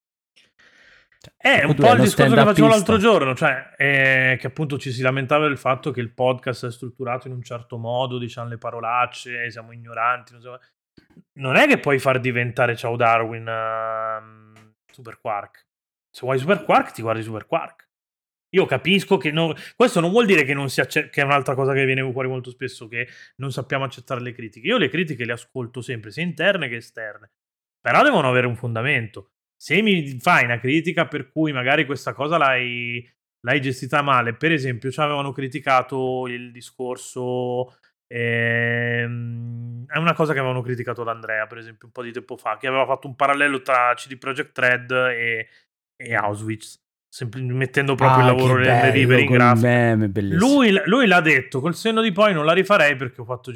Cioè, È tipo un tu po' hai il uno discorso che facevo l'altro stand-upista. giorno, cioè eh, che appunto ci si lamentava del fatto che il podcast è strutturato in un certo modo, diciamo le parolacce, siamo ignoranti. Non, so. Non è che puoi far diventare Ciao Darwin uh, Super Quark. Se vuoi Super Quark, ti guardi Super Quark. Io capisco che no, questo non vuol dire che non si accetta, che è un'altra cosa che viene fuori molto spesso, che non sappiamo accettare le critiche. Io le critiche le ascolto sempre, sia interne che esterne, però devono avere un fondamento. Se mi fai una critica per cui magari questa cosa l'hai, l'hai gestita male, per esempio, ci avevano criticato il discorso, ehm, è una cosa che avevano criticato ad Andrea, per esempio, un po' di tempo fa, che aveva fatto un parallelo tra C D Projekt Red e, e Auschwitz, sempl- mettendo proprio il Ah, lavoro che nelle bello libere in col grafica. meme, bellissimo. Lui, lui l'ha detto, col senno di poi non la rifarei perché ho fatto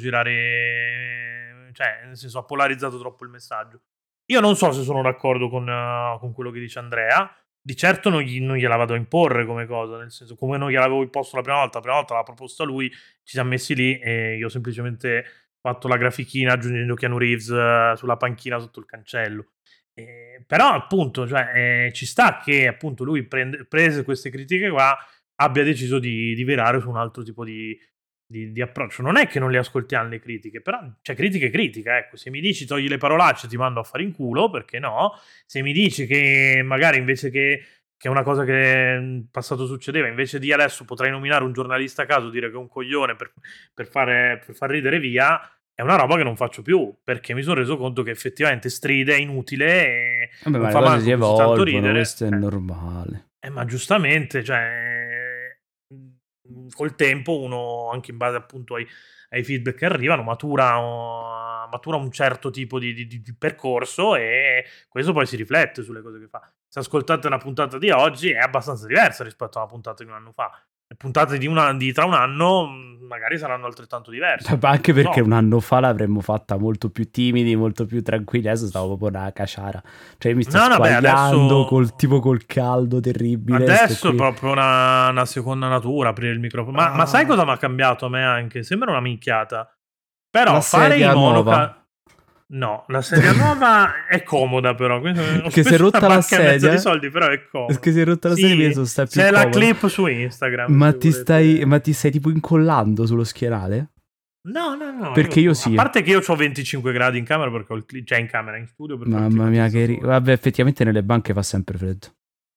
girare, cioè, nel senso, ha polarizzato troppo il messaggio. Io non so se sono d'accordo con, uh, con quello che dice Andrea. Di certo non, gli, non gliela vado a imporre come cosa, nel senso, come non gliel'avevo imposto la prima volta, la prima volta l'ha proposta lui, ci siamo messi lì e io ho semplicemente fatto la grafichina aggiungendo Keanu Reeves uh, sulla panchina sotto il cancello. Eh, però appunto, cioè, eh, ci sta che appunto lui prende, prese queste critiche qua, abbia deciso di, di virare su un altro tipo di, di, di approccio. Non è che non le ascoltiamo le critiche, però c'è critica e critica, ecco. Se mi dici togli le parolacce ti mando a fare in culo, perché no? Se mi dici che magari invece che, che è una cosa che in passato succedeva, invece di adesso potrei nominare un giornalista a caso, dire che è un coglione per, per, fare, per far ridere via, è una roba che non faccio più, perché mi sono reso conto che effettivamente stride, è inutile e Vabbè, non ma le fa cose si manco così tanto evolvono, ridere. questo è Eh. normale. Eh, ma giustamente, cioè, mh, col tempo uno, anche in base appunto ai, ai feedback che arrivano, matura, uh, matura un certo tipo di, di- di percorso, e questo poi si riflette sulle cose che fa. Se ascoltate una puntata di oggi è abbastanza diversa rispetto a una puntata di un anno fa. Le puntate di, una, di tra un anno mh, magari saranno altrettanto diverse. Ma anche Non lo perché so. un anno fa l'avremmo fatta molto più timidi, molto più tranquilli. Adesso stavo proprio una caciara. Cioè, io mi sto No, no, beh, squagliando adesso... col tipo col caldo terribile. Sto Adesso è qui. proprio una, una seconda natura aprire il microfono. Ma, ma sai Ah, cosa mi ha cambiato a me anche? Sembra una minchiata. la Però fare i sedia nuova. monoca... No, la sedia nuova è comoda però. Quindi ho Perché si è speso una rotta la barca e mezza di sedia. soldi, però è comoda. Perché si è rotta la sedia, quindi Sì, sono sta più c'è la comodo. clip su Instagram Ma se ti stai, volete. ma ti stai tipo incollando sullo schienale? No, no, no. Perché io Io... A sì. parte che io ho venticinque gradi in camera, perché ho il cli- cioè in camera, in studio, perché ho il Mamma mia, che ri- climatizzatore. vabbè, effettivamente nelle banche fa sempre freddo.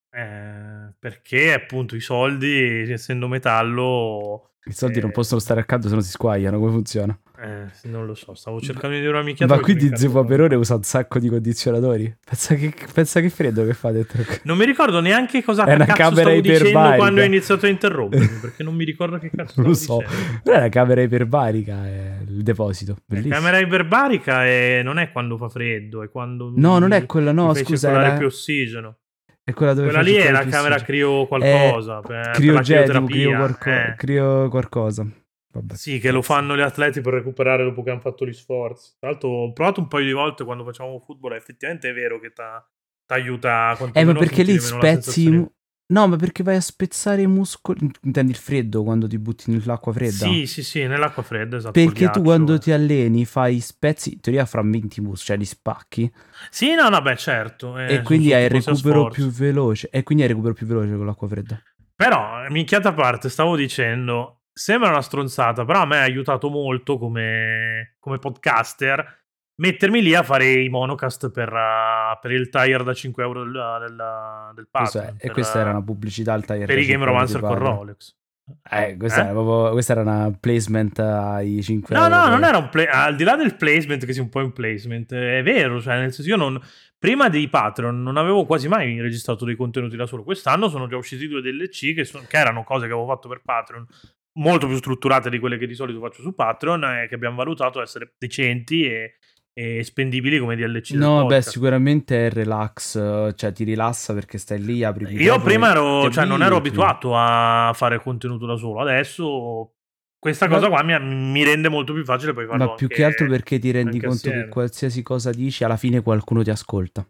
Eh, perché appunto i soldi, essendo metallo... I soldi non Eh, possono stare accanto, se no si squagliano. Come funziona? Eh, non lo so, stavo cercando di dire una minchiata. Ma Mi sono quindi Zio incazzato. Paperone usa un sacco di condizionatori? Pensa che, pensa che freddo che fa dentro. Non mi ricordo neanche cosa È una cazzo camera stavo dicendo iperbarica. quando ho iniziato a interrompermi, perché non mi ricordo che cazzo Non stavo lo so. dicendo. Non è una camera iperbarica, è il deposito. La Bellissimo. camera iperbarica è... non è quando fa freddo, è quando No, non mi, è quella, mi no, fai scusa, è circolare la... più ossigeno. è quella dove Quella fai lì è circolare la più camera ossigeno. crio È qualcosa, per, per la criogenico, crio, crioterapia. qualco- Eh. crio qualcosa. Vabbè, Sì, che lo cazzo. fanno gli atleti per recuperare dopo che hanno fatto gli sforzi. Tra l'altro ho provato un paio di volte quando facciamo football, e effettivamente è vero che ti aiuta Eh, ma quantomeno a perché lì sentire meno la spezzi, sensazione. No, ma perché vai a spezzare i muscoli. Intendi il freddo quando ti butti nell'acqua fredda? Sì, sì, sì, nell'acqua fredda, esatto, col Perché tu ghiaccio. quando eh. ti alleni fai spezzi, in teoria frammenti i muscoli, cioè li spacchi, Sì, no, no, beh, certo, e eh, sono quindi hai il sottoposti a recupero più sforzo. veloce. E quindi hai il recupero più veloce con l'acqua fredda. Però, minchiata a parte, stavo dicendo, sembra una stronzata, però a me ha aiutato molto come, come podcaster mettermi lì a fare i monocast per, uh, per il tire da cinque euro del, del, del Cos'è? Patreon, E per, questa era una uh, pubblicità al tagliere per da i Game cinque euro di Romancer con Patreon. Rolex. Eh, questa era Eh? proprio, questa era una placement ai cinque No, euro no, non de... era un play. Al di là del placement, che sia un po' un placement, è vero. Cioè, nel senso, io non. Prima dei Patreon non avevo quasi mai registrato dei contenuti da solo. Quest'anno sono già usciti due D L C che, son- che erano cose che avevo fatto per Patreon, molto più strutturate di quelle che di solito faccio su Patreon, e che abbiamo valutato essere decenti e, e spendibili come D L C del No, beh, podcast. sicuramente è il relax, eh, cioè ti rilassa perché stai lì, apri il Io microfono prima e ti ero, cioè, non avvii ero e tu... abituato a fare contenuto da solo. Adesso questa Ma, cosa qua mi, mi rende molto più facile poi ma farlo più che altro anche, perché ti rendi anche conto che assieme. qualsiasi cosa dici, alla fine qualcuno ti ascolta.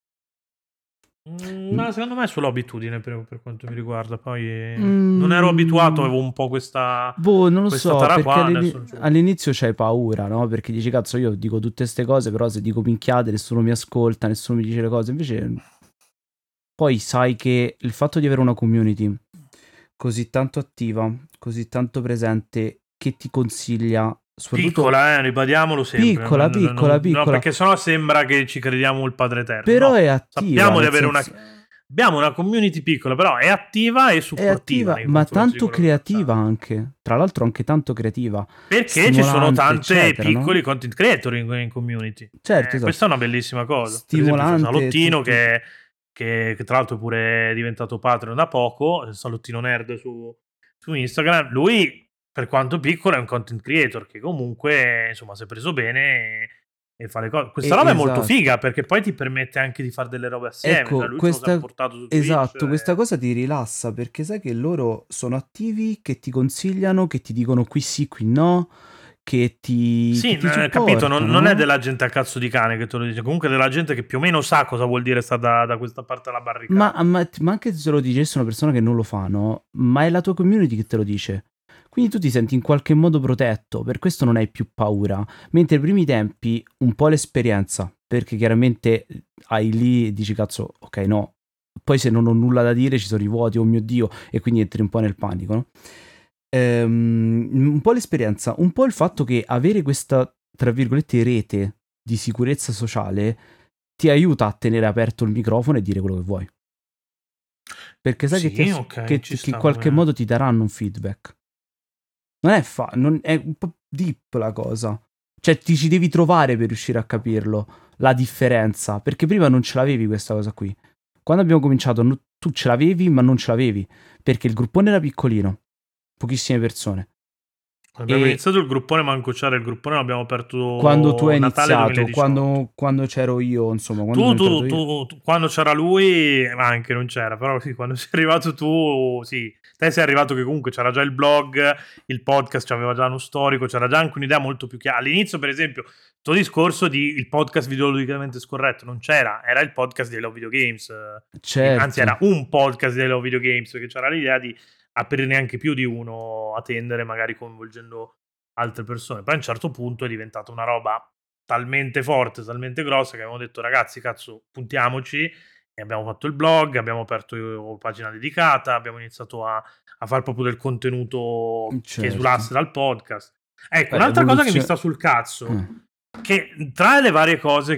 Mhmm, Mm, ma secondo me è solo abitudine per per quanto mi riguarda. Poi eh, non ero abituato, mm, avevo un po' questa boh, non lo questa so, tara perché qua, adesso all'ini- non ce l'ho più. all'inizio c'hai paura, no? Perché dici, cazzo, io dico tutte queste cose, però se dico minchiate nessuno mi ascolta, nessuno mi dice le cose. Invece poi sai che il fatto di avere una community così tanto attiva, così tanto presente, che ti consiglia, soprattutto Piccola, eh, ribadiamolo sempre, non piccola, non piccola, non no, piccola, perché sennò sembra che ci crediamo il padre eterno. però è No, attiva, sappiamo di nel avere una senso abbiamo una community piccola, però è attiva e è supportiva attiva, nei ma confronti di tanto quello che creativa facciamo. anche. Tra l'altro anche tanto creativa, Perché ci sono stimolante, tante eccetera, piccoli no? content creator in in community. Certo, Eh, questa esatto. è una bellissima cosa. Per esempio c'è Stimolante Salottino tutto. che che che tra l'altro è pure diventato Patreon da poco, Salottino Nerd su su Instagram. Lui, per quanto piccolo, è un content creator che comunque, insomma, si è preso bene e e fa le co questa E- roba è molto esatto. figa, perché poi ti permette anche di far delle robe assieme. Cioè Ecco, lui ce lo siam questa, portato su Twitch esatto, questa e cosa ti rilassa perché sai che loro sono attivi, che ti consigliano, che ti dicono qui sì, qui no, che ti, che sì, ti n capito, non supportano, non è no? della gente a cazzo di cane che te lo dice, comunque è della gente che più o meno sa cosa vuol dire sta da da questa parte della Ma, barricata. ma- ma anche se te lo dicesse una persona che non lo fa, no? Ma è la tua community che te lo dice. Quindi tu ti senti in qualche modo protetto, per questo non hai più paura. Mentre ai primi tempi un po' l'esperienza, perché chiaramente hai lì e dici cazzo, ok no, poi se non ho nulla da dire ci sono i vuoti, oh mio Dio, e quindi entri un po' nel panico, no? Ehm, un po' l'esperienza, un po' il fatto che avere questa, tra virgolette, rete di sicurezza sociale ti aiuta a tenere aperto il microfono e dire quello che vuoi. Perché sai che, ti Sì, ass- okay, che, ci ti- che in sta qualche come modo ti daranno un feedback. Non è fa, non, è un po' deep la cosa. Cioè, ti ci devi trovare per riuscire a capirlo, la differenza. Perché prima non ce l'avevi questa cosa qui. Quando abbiamo cominciato, no- tu ce l'avevi, ma non ce l'avevi. Perché il gruppone era piccolino, pochissime persone. abbiamo E iniziato il gruppone manco c'era, il gruppone l'abbiamo quando tu aperto hai Natale iniziato, duemiladiciotto. quando, quando c'ero io, insomma, quando Tu sono entrato tu io, tu tu quando c'era lui, ma anche non c'era, però sì, quando sei arrivato tu, sì. Te sei arrivato che comunque c'era già il blog, il podcast c'aveva già uno storico, c'era già anche un'idea molto più chiara. All'inizio, per esempio, tuo discorso di il podcast videologicamente scorretto non c'era, era il podcast di I Love Video Games, eh, anzi certo. era un podcast di I Love Video Games, perché c'era l'idea di aprirne anche più di uno a tendere, magari coinvolgendo altre persone. Poi a un certo punto è diventata una roba talmente forte, talmente grossa che abbiamo detto ragazzi, cazzo, puntiamoci e abbiamo fatto il blog, abbiamo aperto io pagina dedicata, abbiamo iniziato a, a fare proprio del contenuto che Certo. esulasse dal podcast. Ecco, Beh, un'altra cosa che mi sta l'evoluzione... sul cazzo, eh. che tra le varie cose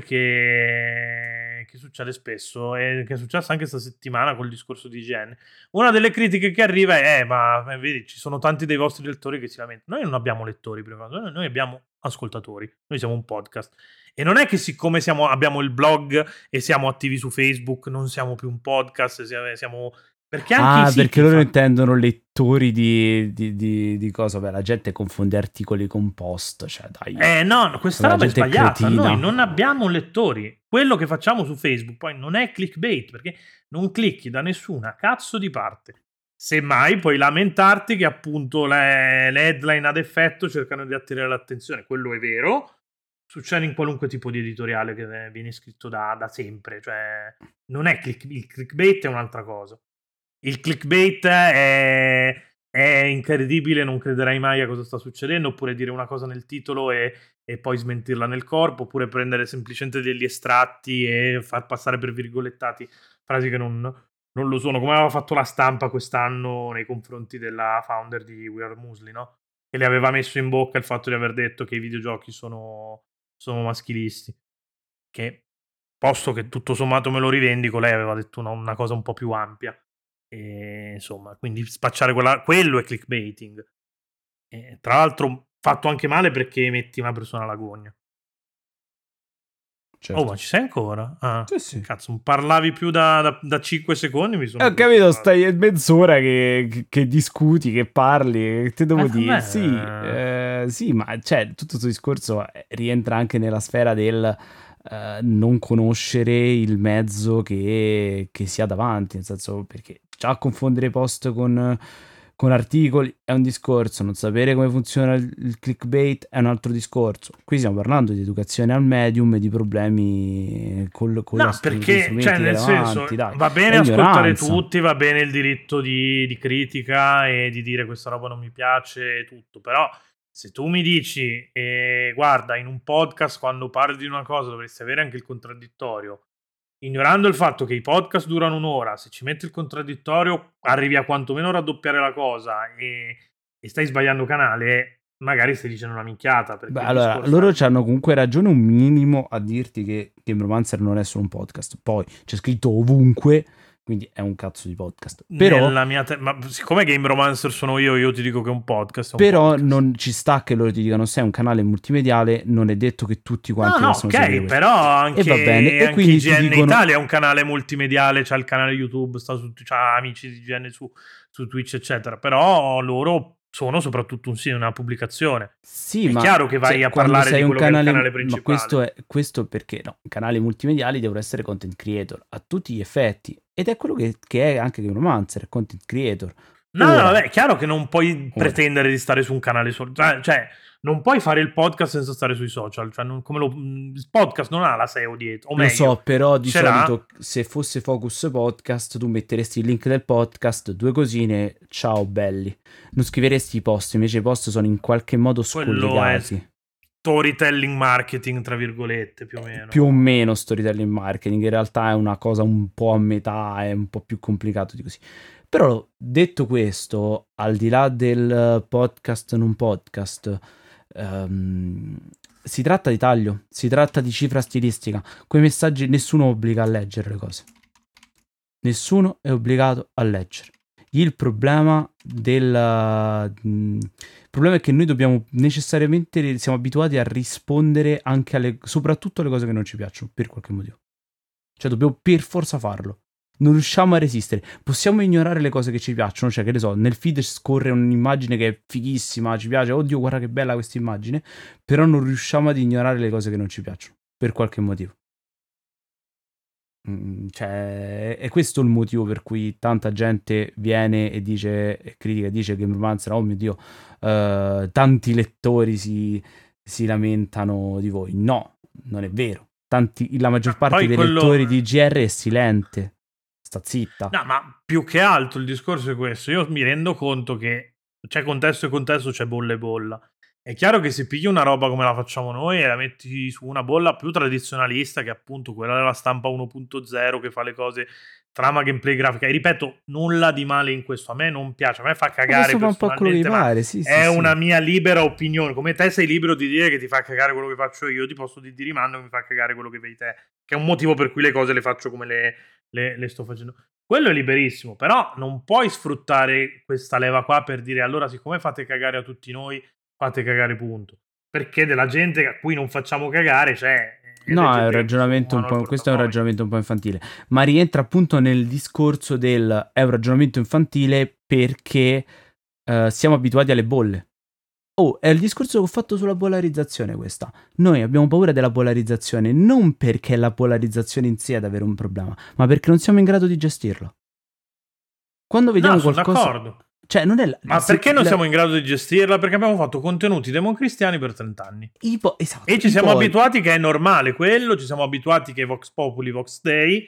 che, che succede spesso e che è successo anche questa settimana col discorso di igiene, una delle critiche che arriva è eh, ma eh, vedi ci sono tanti dei vostri lettori che si lamentano. Noi non abbiamo lettori prima, noi, noi abbiamo ascoltatori, noi siamo un podcast e non è che siccome siamo, abbiamo il blog e siamo attivi su Facebook non siamo più un podcast, siamo, siamo perché anche i Ah, perché siti loro fanno. intendono lettori di, di, di, di cosa? Beh, la gente confonde articoli con post, cioè dai, Eh no, questa la roba è gente è sbagliata. Noi cretina. non abbiamo lettori. Quello che facciamo su Facebook poi non è clickbait perché non clicchi da nessuna cazzo di parte. Semmai puoi lamentarti che appunto le, le headline ad effetto cercano di attirare l'attenzione. Quello è vero. Succede in qualunque tipo di editoriale che viene scritto da, da sempre. Cioè, non è click, il clickbait è un'altra cosa. il clickbait è, è incredibile, non crederai mai a cosa sta succedendo, oppure dire una cosa nel titolo e, e poi smentirla nel corpo, oppure prendere semplicemente degli estratti e far passare per virgolettati frasi che non, non lo sono, come aveva fatto la stampa quest'anno nei confronti della founder di We Are Musli, no? Che le aveva messo in bocca il fatto di aver detto che i videogiochi sono, sono maschilisti. Che, posto che tutto sommato me lo rivendico, lei aveva detto una, una cosa un po' più ampia. E, insomma, quindi spacciare quella, quello è clickbaiting. E, tra l'altro fatto anche male perché metti una persona alla gogna. Certo. Oh, ma ci sei ancora? Ah, sì, sì. Cazzo, parlavi più da, da, da cinque secondi, mi sono... Ho capito, stai mezz'ora che, che, che discuti, che parli, che ti devo eh, dire? vabbè. Sì, eh, sì, ma cioè, tutto questo discorso rientra anche nella sfera del eh, non conoscere il mezzo che, che si ha davanti, nel senso, perché già confondere post con... con articoli è un discorso, non sapere come funziona il, il clickbait è un altro discorso. Qui stiamo parlando di educazione al medium e di problemi col, con no, la perché, cioè, nel senso, dai. va bene È ascoltare ignoranza. tutti, va bene il diritto di, di critica e di dire questa roba non mi piace e tutto, però se tu mi dici, eh, guarda, in un podcast quando parli di una cosa dovresti avere anche il contraddittorio, ignorando il fatto che i podcast durano un'ora, se ci metti il contraddittorio arrivi a quantomeno a raddoppiare la cosa e, e stai sbagliando canale, magari stai dicendo una minchiata. Perché Beh, allora, loro è... hanno comunque ragione un minimo a dirti che Game Romancer non è solo un podcast. Poi c'è scritto ovunque, quindi è un cazzo di podcast. Però, Nella mia te- ma siccome Game Romancer sono io, io ti dico che è un podcast. È un però podcast. Non ci sta che loro ti dicano sei un canale multimediale, non è detto che tutti quanti no, no, possono ok, seguire questo. però anche, e va bene. E anche quindi I G N dicono... Italia è un canale multimediale, c'ha il canale YouTube, sta su, c'ha amici di I G N su, su Twitch, eccetera. Però loro sono soprattutto un sì, una pubblicazione. Sì, è ma chiaro che vai cioè, a parlare di quello canale, che è il canale principale. Ma questo è questo perché no, canali multimediali devono essere content creator a tutti gli effetti. Ed è quello che, che è anche Game Romancer, content creator. No, Ora, no, vabbè, è chiaro che non puoi ora. pretendere di stare su un canale solo. Cioè, non puoi fare il podcast senza stare sui social. Cioè, non, come lo, il podcast non ha la S E O dietro. O lo meglio, so, però di solito l'ha. se fosse Focus Podcast tu metteresti il link del podcast, due cosine, ciao belli. Non scriveresti i post, invece i post sono in qualche modo scollegati. Storytelling marketing, tra virgolette, più o meno. Più o meno storytelling marketing. In realtà è una cosa un po' a metà, è un po' più complicato di così. Però detto questo, al di là del podcast non podcast, um, si tratta di taglio, si tratta di cifra stilistica. Quei messaggi nessuno obbliga a leggere le cose. Nessuno è obbligato a leggere. Il problema del mh, il problema è che noi dobbiamo necessariamente siamo abituati a rispondere anche alle soprattutto alle cose che non ci piacciono per qualche motivo. Cioè dobbiamo per forza farlo. Non riusciamo a resistere. Possiamo ignorare le cose che ci piacciono, cioè che ne so, nel feed scorre un'immagine che è fighissima, ci piace, oddio guarda che bella questa immagine, però non riusciamo ad ignorare le cose che non ci piacciono per qualche motivo. Cioè, è questo il motivo per cui tanta gente viene e dice e critica e dice Game Romancer, oh mio Dio, uh, tanti lettori si, si lamentano di voi. No, non è vero. Tanti, la maggior parte Poi dei quello... lettori di G R è silente, sta zitta. No, ma più che altro il discorso è questo. Io mi rendo conto che c'è contesto e contesto, c'è bolla e bolla. È chiaro che se pigli una roba come la facciamo noi e la metti su una bolla più tradizionalista, che appunto quella della stampa uno punto zero, che fa le cose trama, gameplay, grafica, e ripeto, nulla di male in questo, a me non piace, a me fa cagare ma un po' quello che pare, sì, è sì, una sì. mia libera opinione, come te sei libero di dire che ti fa cagare quello che faccio io, ti posso dire di rimando che mi fa cagare quello che vedi te, che è un motivo per cui le cose le faccio come le, le, le sto facendo. Quello è liberissimo, però non puoi sfruttare questa leva qua per dire allora siccome fate cagare a tutti noi, fate cagare punto, perché della gente a cui non facciamo cagare c'è. No, è un ragionamento un po', questo è un ragionamento un po' infantile, ma rientra appunto nel discorso del è un ragionamento infantile perché uh, siamo abituati alle bolle. Oh, è il discorso che ho fatto sulla polarizzazione questa. Noi abbiamo paura della polarizzazione non perché la polarizzazione in sé è ad avere un problema, ma perché non siamo in grado di gestirla. Quando vediamo no, sono qualcosa... d'accordo. Cioè, non è la... Ma perché non la... siamo in grado di gestirla? Perché abbiamo fatto contenuti democristiani per trent'anni. Po- esatto, e ci siamo poi... abituati che è normale quello, ci siamo abituati che Vox Populi, Vox Dei,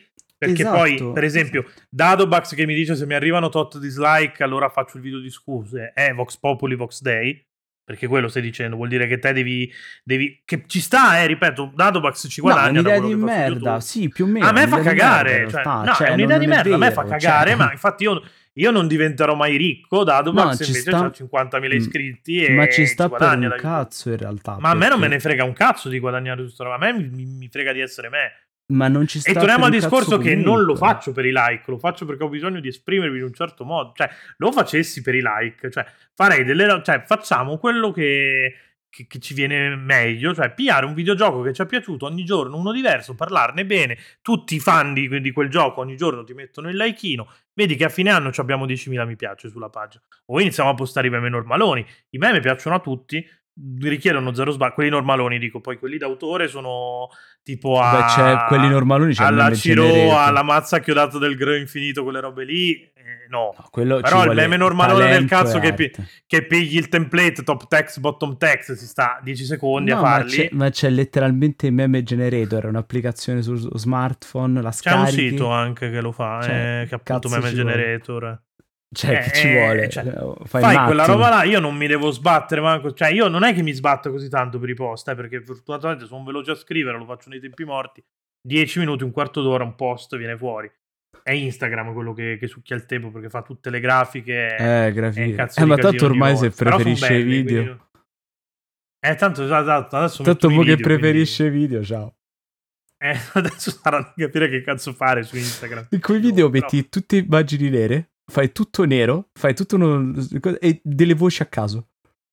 Perché esatto, poi, per esempio, esatto. Dadobax che mi dice se mi arrivano tot dislike allora faccio il video di scuse, è Vox Populi, Vox Dei, perché quello stai dicendo, vuol dire che te devi, devi che ci sta, eh, ripeto, Dadobax ci No, è guadagna da un'idea quello di che fa su merda, YouTube. sì, più o meno. A me è fa un'idea di merda, in cagare, cioè, realtà. no, Cioè, è non, un'idea non di è merda, a me fa vero. cagare, Cioè, ma infatti io, io non diventerò mai ricco, no, Dadobax ci invece sta, ha cinquantamila mm, iscritti ma ci e ci sta per guadagna un da YouTube. cazzo in realtà, Ma a me non me ne perché... frega un cazzo di guadagnare su sta roba, a me mi, mi- mi frega di essere me. Ma non ci E sta per torniamo al un cazzo discorso che non lo comunque. faccio per i like, lo faccio perché ho bisogno di esprimermi in un certo modo. Cioè, lo facessi per i like, cioè, farei delle... ro- Cioè, facciamo quello che, che, che ci viene meglio, cioè, pigliare un videogioco che ci è piaciuto ogni giorno, uno diverso, parlarne bene, tutti i fan di, di quel gioco ogni giorno ti mettono il likeino, vedi che a fine anno ci abbiamo diecimila mi piace sulla pagina. O iniziamo a postare i meme normaloni. I meme piacciono a tutti, richiedono zero sbaglio. Quelli normaloni, dico, poi quelli d'autore sono tipo Beh, c'è quelli a normaloni, c'è il alla meme Ciro, generator. alla mazza chiodato del Gro Infinito, quelle robe lì, eh, no. No, quello ci Però il meme vuole normalone del talento e cazzo che, pi- arte. che pigli il template top text, bottom text, si sta dieci secondi a No, ma c'è, farli. ma c'è letteralmente meme generator, è un'applicazione su su smartphone, la C'è un scarichi. sito anche che lo fa, Cioè, eh, che appunto cazzo meme ci vuole? generator. Cioè, che ci Eh, vuole? eh, cioè, Fai un fai quella attimo. roba là, io non mi devo sbattere manco, cioè io non è che mi sbatto così tanto per i post, eh, perché fortunatamente sono veloce a scrivere, lo faccio nei tempi morti, dieci minuti, un quarto d'ora, un post viene fuori. È Instagram quello che, che succhia il tempo perché fa tutte le grafiche Eh, e grafiche. cazzo Eh, di ma casino tanto ogni ormai se volta. Però sono preferisce i belli, quindi video. no- Eh, tanto esatto, adesso Tanto mettono i mo che video, quindi preferisce i video, ciao. eh, adesso saranno capire che cazzo fare su Instagram. In quei No, video però- metti tutte immagini nere, fai tutto nero, fai tutto uno... e delle voci a caso.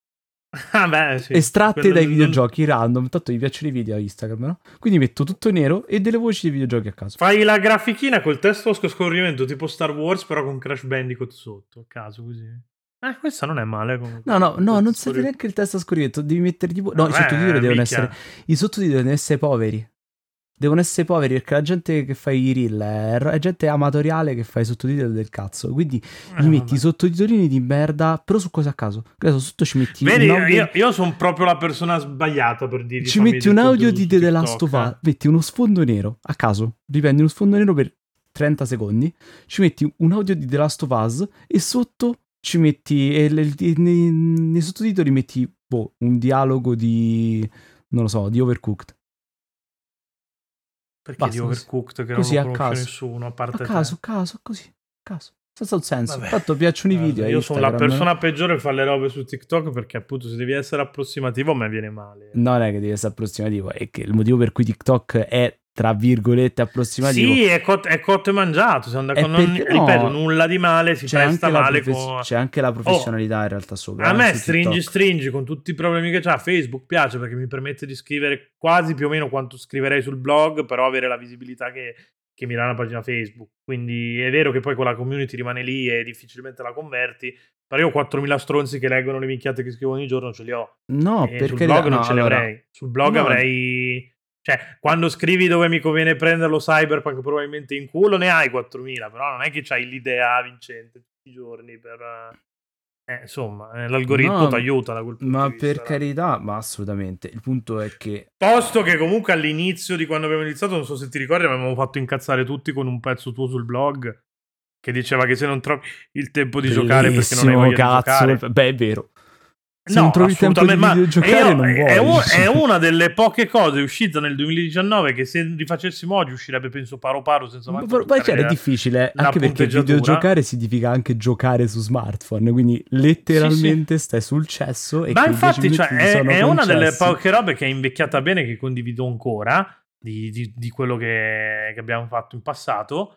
Ah, beh, sì. Estratte Quello dai non- videogiochi random. Tanto gli piacciono i video a Instagram, no? Quindi metto tutto nero e delle voci dei videogiochi a caso. Fai la grafichina col testo a scorrimento tipo Star Wars, però con Crash Bandicoot sotto, a caso così. Eh, questa non è male comunque. No, no, no, non serve Scorri- neanche il testo a scorrimento. Devi mettere tipo. No, Ah, i beh, sottotitoli devono minchia. essere. I sottotitoli devono essere poveri. Devono essere poveri perché la gente che fa i reel è, è gente amatoriale che fa i sottotitoli del cazzo. Quindi Eh, gli metti vabbè. i sottotitolini di merda, però su cose a caso. Adesso sotto ci metti Vedi, un audio, io, io sono proprio la persona sbagliata per dire. ci metti un audio di The Last of Us, metti uno sfondo nero a caso, riprendi uno sfondo nero per trenta secondi, ci metti un audio di The Last of Us e sotto ci metti e le- e nei, nei sottotitoli metti boh, un dialogo di non lo so, di Overcooked. Perché Basta di così. Overcooked che Così, non a lo conosce caso. nessuno, a A parte caso, te. caso, così, a caso. Senza un senso. Vabbè. Tanto piacciono i Guarda, video. a io sono la Instagram, persona peggiore che fa le robe su TikTok perché appunto se devi essere approssimativo a me viene male. no? Non è che deve essere approssimativo, è che il motivo per cui TikTok è tra virgolette approssimativo. Sì, è, cot- è cotto e mangiato. Siamo È d'accordo. Non, perché no, ripeto, nulla di male, si c'è presta anche, la male profes- con... c'è anche la professionalità in realtà sopra. A eh, me su stringi TikTok. stringi con tutti i problemi che c'ha Facebook piace perché mi permette di scrivere quasi più o meno quanto scriverei sul blog, però avere la visibilità che, che mi dà una pagina Facebook. Quindi è vero che poi quella community rimane lì e difficilmente la converti, però io ho quattromila stronzi che leggono le minchiate che scrivo ogni giorno, ce li ho. No, E per sul carità, blog non no, ce le allora, avrei. Sul blog no. avrei... Cioè, quando scrivi dove mi conviene prenderlo Cyberpunk probabilmente in culo ne hai quattromila, però non è che c'hai l'idea vincente tutti i giorni per... Eh, insomma, eh, l'algoritmo No, ti aiuta da quel punto ma di vista. per là. carità, ma assolutamente. Il punto è che Posto che comunque all'inizio di quando abbiamo iniziato, non so se ti ricordi, avevamo fatto incazzare tutti con un pezzo tuo sul blog che diceva che se non trovi il tempo di giocare perché non hai bellissimo, voglia cazzo. di giocare. Beh, è vero. Se No, non trovi il tempo di assolutamente, ma videogiocare io- non vuoi. è, un- cioè. è una delle poche cose uscite nel duemiladiciannove che se rifacessimo oggi uscirebbe penso paro paro senza Ma, manco ma toccare chiaro, è la- difficile, la anche perché punteggiatura. videogiocare significa anche giocare su smartphone, quindi letteralmente stai sul cesso e Ma quei infatti, dieci cioè, minuti ti è, sono è una delle concessi. poche robe che è invecchiata bene, che condivido ancora di, di- di quello che, che abbiamo fatto in passato.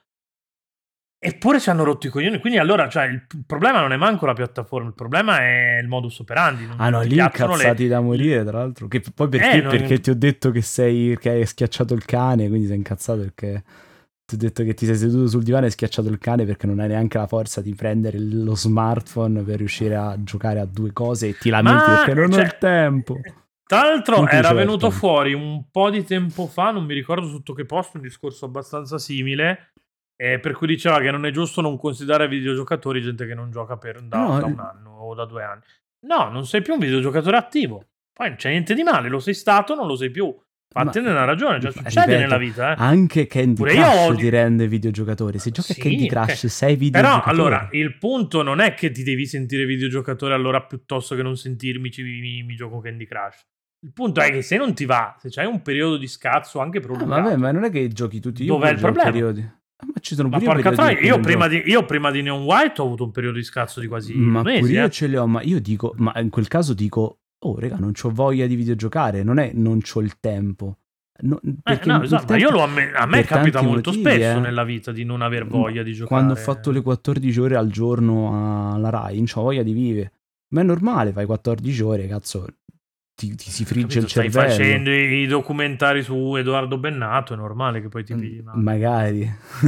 Eppure ci hanno rotto i coglioni. Quindi, allora, cioè, il p- problema non è manco la piattaforma, il problema è il modus operandi. Non, Ah no, non ti lì piacciono le- incazzati da morire, tra l'altro. Che poi perché? Eh, non- Perché ti ho detto che sei che hai schiacciato il cane, quindi sei incazzato perché ti ho detto che ti sei seduto sul divano e hai schiacciato il cane perché non hai neanche la forza di prendere il- lo smartphone per riuscire a giocare a due cose e ti lamenti Ma, perché non ho cioè, il tempo. Tra l'altro Comunque era c'era il venuto tempo. fuori un po' di tempo fa, non mi ricordo sotto che posto, un discorso abbastanza simile, eh, per cui diceva che non è giusto non considerare videogiocatori gente che non gioca per, da, No, da un anno o da due anni. No, non sei più un videogiocatore attivo. Poi non c'è niente di male, lo sei stato, non lo sei più. Vattene una ragione, già ma, succede ripeto, nella vita, eh. Anche Candy Pure Crush io... ti rende videogiocatore. Se giochi sì, a Candy Crush okay. sei videogiocatore. Però allora il punto non è che ti devi sentire videogiocatore allora piuttosto che non sentirmi ci, mi, mi gioco Candy Crush. Il punto è che se non ti va, se c'hai un periodo di scazzo anche prolungato, ah, vabbè, ma non è che giochi tutti. Io dov'è il problema? Periodi. Ma ci sono ma pure porca troia, io, prima di, io prima di Neon White ho avuto un periodo di scazzo di quasi ma mesi. pure io eh. ce li ho, ma io dico, ma in quel caso dico, oh raga, non c'ho voglia di videogiocare, non è non c'ho il tempo. No, perché eh, no, esatto, tempo, ma io lo amme- a me capita molto motivi, spesso eh. nella vita di non aver voglia di giocare. Quando ho fatto le quattordici ore al giorno alla Rai, non c'ho voglia di vivere. Ma è normale, fai quattordici ore, cazzo, ti, ti si frigge Capito, il cervello. Stai facendo i documentari su Edoardo Bennato, è normale che poi ti pigli male. Magari.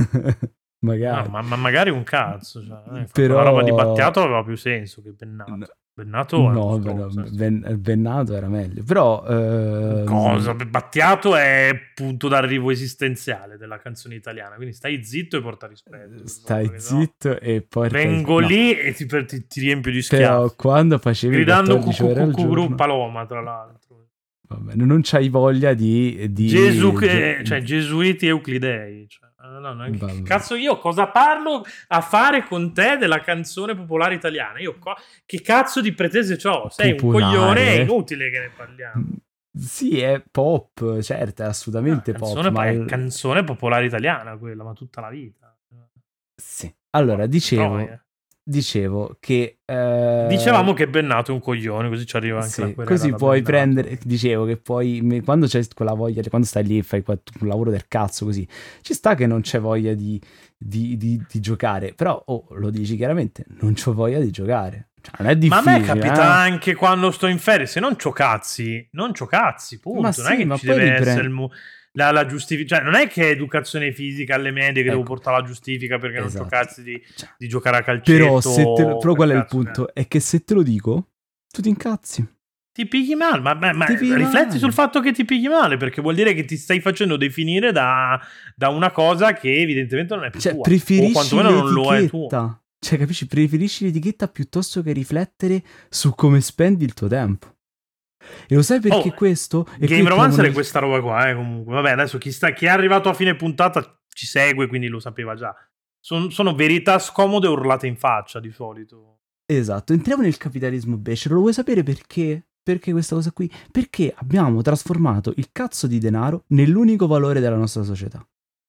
magari. No, ma, ma magari un cazzo. Cioè, eh, Però... la roba di Battiato aveva più senso che Bennato. No. Bennato no, no ben, Bennato era meglio. Però ehm... cosa? Battiato è punto d'arrivo esistenziale della canzone italiana. Quindi stai zitto e porta rispetto. Stai zitto no, e poi vengo no. lì e ti, ti, ti riempio di schiaffi. Però quando facevi gridando quattordici ore al giorno, Paloma, tra l'altro. Vabbè, non c'hai voglia di, di... Gesù che, cioè Gesuiti Euclidei, cioè, no, no, che cazzo io cosa parlo a fare con te della canzone popolare italiana? Io co- che cazzo di pretese c'ho? Sei popolare. Un coglione, è inutile che ne parliamo. Sì, è pop, certo, è assolutamente no, pop, canzone, ma è canzone popolare italiana quella, ma tutta la vita. Sì. Allora, oh, dicevo troia. Dicevo che eh... dicevamo che Bennato è un coglione, così ci arriva anche sì, la querela. Così puoi Bennato. prendere. Dicevo che poi quando c'è quella voglia, quando stai lì e fai un lavoro del cazzo così, ci sta che non c'è voglia di, di, di, di giocare. Però oh, lo dici chiaramente, non c'ho voglia di giocare. Cioè, non è difficile. Ma a me capita eh? anche quando sto in ferie, se non c'ho cazzi, non c'ho cazzi, punto. Ma non sì, è che ma ci poi deve riprend- essere il mu- la, la giustificazione, cioè non è che è educazione fisica alle medie che ecco. devo portare la giustifica perché esatto. non c'ho cazzi di, cioè, di giocare a calcetto. Però, se te lo, però qual è il punto? È. è che se te lo dico, tu ti incazzi. Ti pigli male, ma, ma, ma rifletti male. sul fatto che ti pigli male, perché vuol dire che ti stai facendo definire da, da una cosa che evidentemente non è più cioè, tua. Preferisci o quantomeno non lo è tuo. Cioè, capisci? Preferisci l'etichetta piuttosto che riflettere su come spendi il tuo tempo. E lo sai perché oh, questo? E Game Romancer è questa roba qua, eh, comunque. Vabbè, adesso chi, sta, chi è arrivato a fine puntata ci segue, quindi lo sapeva già. Son, sono verità scomode urlate in faccia, di solito. Esatto, entriamo nel capitalismo becero. Lo vuoi sapere perché? Perché questa cosa qui? Perché abbiamo trasformato il cazzo di denaro nell'unico valore della nostra società.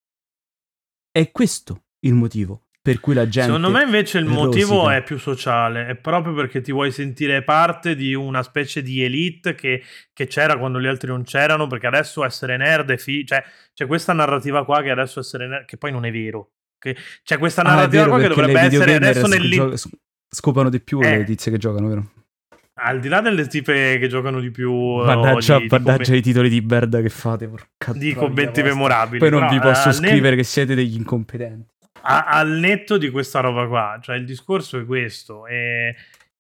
È questo il motivo per cui la gente... Secondo me invece il motivo rosica. è più sociale, è proprio perché ti vuoi sentire parte di una specie di elite che, che c'era quando gli altri non c'erano, perché adesso essere nerd è fi- cioè c'è questa narrativa qua che adesso essere nerd, che poi non è vero. Che, c'è questa narrativa ah, qua che dovrebbe essere adesso nel sc- scopano di più eh. le tizie che giocano, vero? Al di là delle tipe che giocano di più, mannaggia, di, mannaggia di i titoli di merda che fate, porca di commenti memorabili. Poi non però, vi posso uh, scrivere nel... che siete degli incompetenti. A, al netto di questa roba qua, cioè il discorso è questo, e,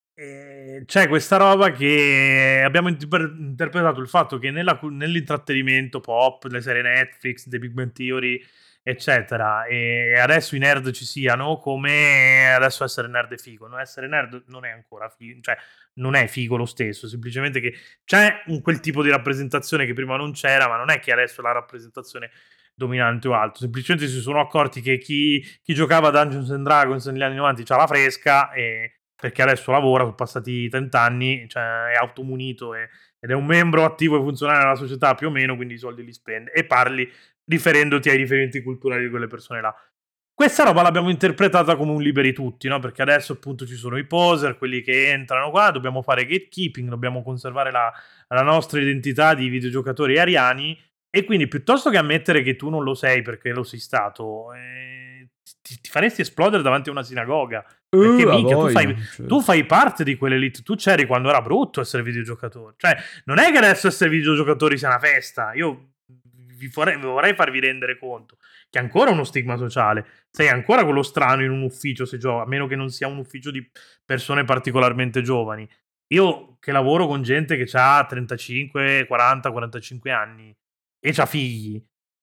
e c'è questa roba che abbiamo inter- interpretato il fatto che nella, nell'intrattenimento pop, le serie Netflix, The Big Bang Theory, eccetera, e adesso i nerd ci siano, come adesso essere nerd è figo. No, essere nerd non è ancora figo, cioè non è figo lo stesso, semplicemente che c'è un quel tipo di rappresentazione che prima non c'era, ma non è che adesso la rappresentazione dominante o altro, semplicemente si sono accorti che chi, chi giocava a Dungeons and Dragons negli anni novanta c'ha la fresca, e perché adesso lavora, sono passati trent'anni, cioè è automunito e, ed è un membro attivo e funzionale della società più o meno, quindi i soldi li spende, e parli riferendoti ai riferimenti culturali di quelle persone là. Questa roba l'abbiamo interpretata come un liberi tutti, no? Perché adesso appunto ci sono i poser, quelli che entrano qua, dobbiamo fare gatekeeping, dobbiamo conservare la, la nostra identità di videogiocatori ariani. E quindi piuttosto che ammettere che tu non lo sei perché lo sei stato, eh, ti, ti faresti esplodere davanti a una sinagoga. Perché uh, minchia, tu fai, cioè. tu fai parte di quell'elite. Tu c'eri quando era brutto essere videogiocatore. Cioè, non è che adesso essere videogiocatori sia una festa. Io vi vorrei, vorrei farvi rendere conto che è ancora uno stigma sociale. Sei ancora quello strano in un ufficio se gioca, a meno che non sia un ufficio di persone particolarmente giovani. Io che lavoro con gente che ha trentacinque, quaranta, quarantacinque anni e c'ha figli,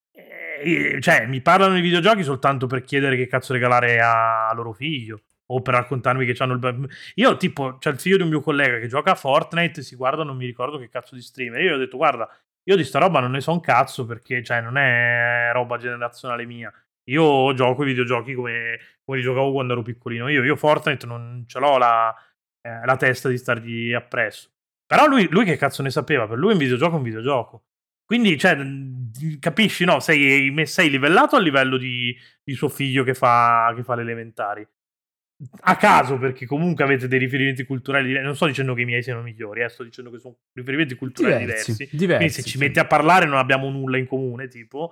e, cioè mi parlano di videogiochi soltanto per chiedere che cazzo regalare a, a loro figlio, o per raccontarmi che c'hanno il... Io tipo, c'è il figlio di un mio collega che gioca a Fortnite, si guarda, non mi ricordo che cazzo di streamer, io gli ho detto guarda, Io di sta roba non ne so un cazzo perché, cioè, non è roba generazionale mia. Io gioco i videogiochi come, come li giocavo quando ero piccolino. Io, io Fortnite non ce l'ho la, eh, la testa di stargli appresso. Però lui, lui che cazzo ne sapeva? Per lui un videogioco è un videogioco. Quindi, cioè, capisci, no? Sei, sei livellato a livello di, di suo figlio che fa, che fa le elementari. A caso, perché comunque avete dei riferimenti culturali diversi. Non sto dicendo che i miei siano migliori, eh, sto dicendo che sono riferimenti culturali Diversi, diversi. diversi. Quindi se ci sì. metti a parlare non abbiamo nulla in comune, tipo.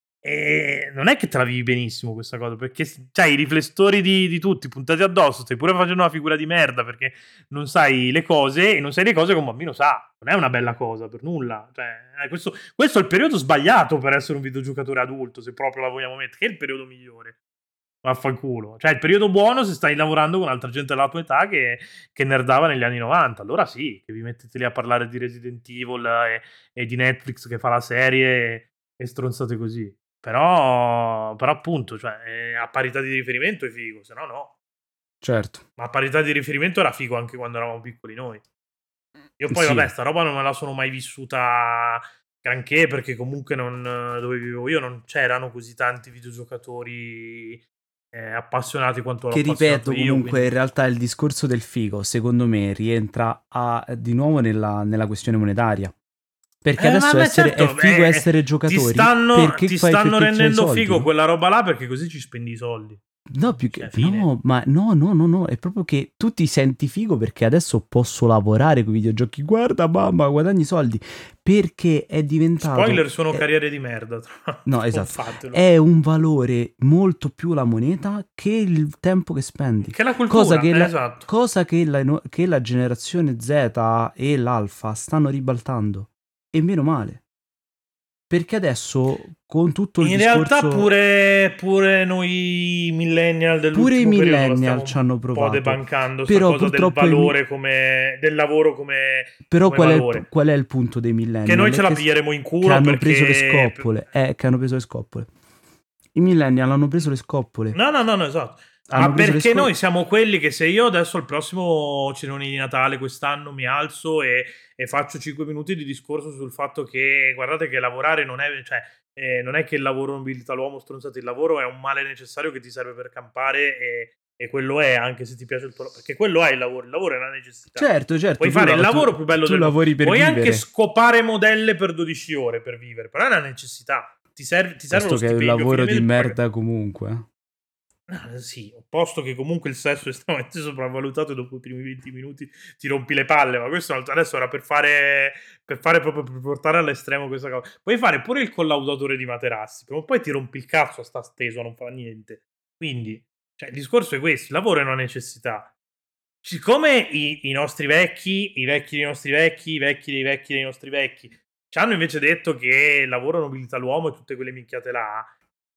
E non è che te la vivi benissimo questa cosa, perché c'hai i riflettori di, di tutti puntati addosso, stai pure facendo una figura di merda perché non sai le cose e non sai le cose che un bambino sa. Non è una bella cosa, per nulla. Cioè, eh, questo, questo è il periodo sbagliato per essere un videogiocatore adulto, se proprio la vogliamo mettere, che è il periodo migliore. Vaffanculo. Cioè, il periodo buono se stai lavorando con altra gente della tua età che, che nerdava negli anni novanta. Allora sì, che vi mettete lì a parlare di Resident Evil e, e di Netflix che fa la serie e, e stronzate così. Però, però appunto, cioè, eh, a parità di riferimento è figo, se no no. Certo. Ma a parità di riferimento era figo anche quando eravamo piccoli noi. Io poi, Sì. vabbè, sta roba non me la sono mai vissuta granché perché comunque non, dove vivevo io non c'erano così tanti videogiocatori eh, appassionati quanto l'ho Che appassionato ripeto, io. comunque, Quindi... in realtà il discorso del figo, secondo me, rientra a, di nuovo nella, nella questione monetaria. Perché Eh, adesso vabbè, essere, certo, è figo eh, essere ti giocatori, stanno, perché ti fai, stanno perché c'hai i rendendo soldi, figo no? quella roba là perché così ci spendi i soldi. No, più che... Cioè, fine. No, ma no, no, no, no, è proprio che tu ti senti figo perché adesso posso lavorare con i videogiochi. Guarda, mamma, guadagni soldi. Perché è diventato... Spoiler, sono è- carriere di merda. Tra No, non esatto. fatelo. È un valore molto più la moneta che il tempo che spendi. Che la cultura, Cosa che eh, la, esatto. cosa che la, no- che la generazione Z e l'alfa stanno ribaltando. E meno male. Perché adesso, con tutto il In discorso... realtà pure, pure noi millennial Pure i dell'ultimo periodo la millennial stiamo ci hanno un po' provato. debancando, sta Però cosa del purtroppo i mi- valore come... del lavoro come, Però come qual è, il, valore. qual è il punto dei Che noi millennial? È ce la che, s- piglieremo in che culo hanno preso le perché... scoppole. Eh, che hanno preso le scoppole. I millennial hanno preso le scoppole. No, no, no, no, esatto. Hanno Ma preso le perché scoppole. noi siamo quelli che se io adesso al prossimo cenone di Natale quest'anno mi alzo e, e faccio cinque minuti di discorso sul fatto che guardate che lavorare non è, cioè, eh, non è che il lavoro non abilita l'uomo stronzato, il lavoro è un male necessario che ti serve per campare e, e quello è anche se ti piace il tuo lavoro, perché quello è il lavoro, il lavoro è una necessità. Certo, certo. Puoi Tu, fare il la- tu- lavoro più bello tu del mondo, lavori per puoi anche vivere. scopare modelle per dodici ore per vivere, però è una necessità. Ti serve, ti serve Posto lo che è un stipendio. lavoro Fine di mese tu paghi- merda comunque. eh. Ah, sì, posto che comunque il sesso è estremamente sopravvalutato e dopo i primi venti minuti ti rompi le palle, ma questo adesso era per fare, per fare proprio per portare all'estremo questa cosa. Puoi fare pure il collaudatore di materassi, però poi ti rompi il cazzo a sta steso, non fa niente. Quindi, cioè, il discorso è questo, il lavoro è una necessità. Siccome i, i nostri vecchi, i vecchi dei nostri vecchi, i vecchi dei vecchi dei nostri vecchi, ci hanno invece detto che il lavoro nobilita l'uomo e tutte quelle minchiate là,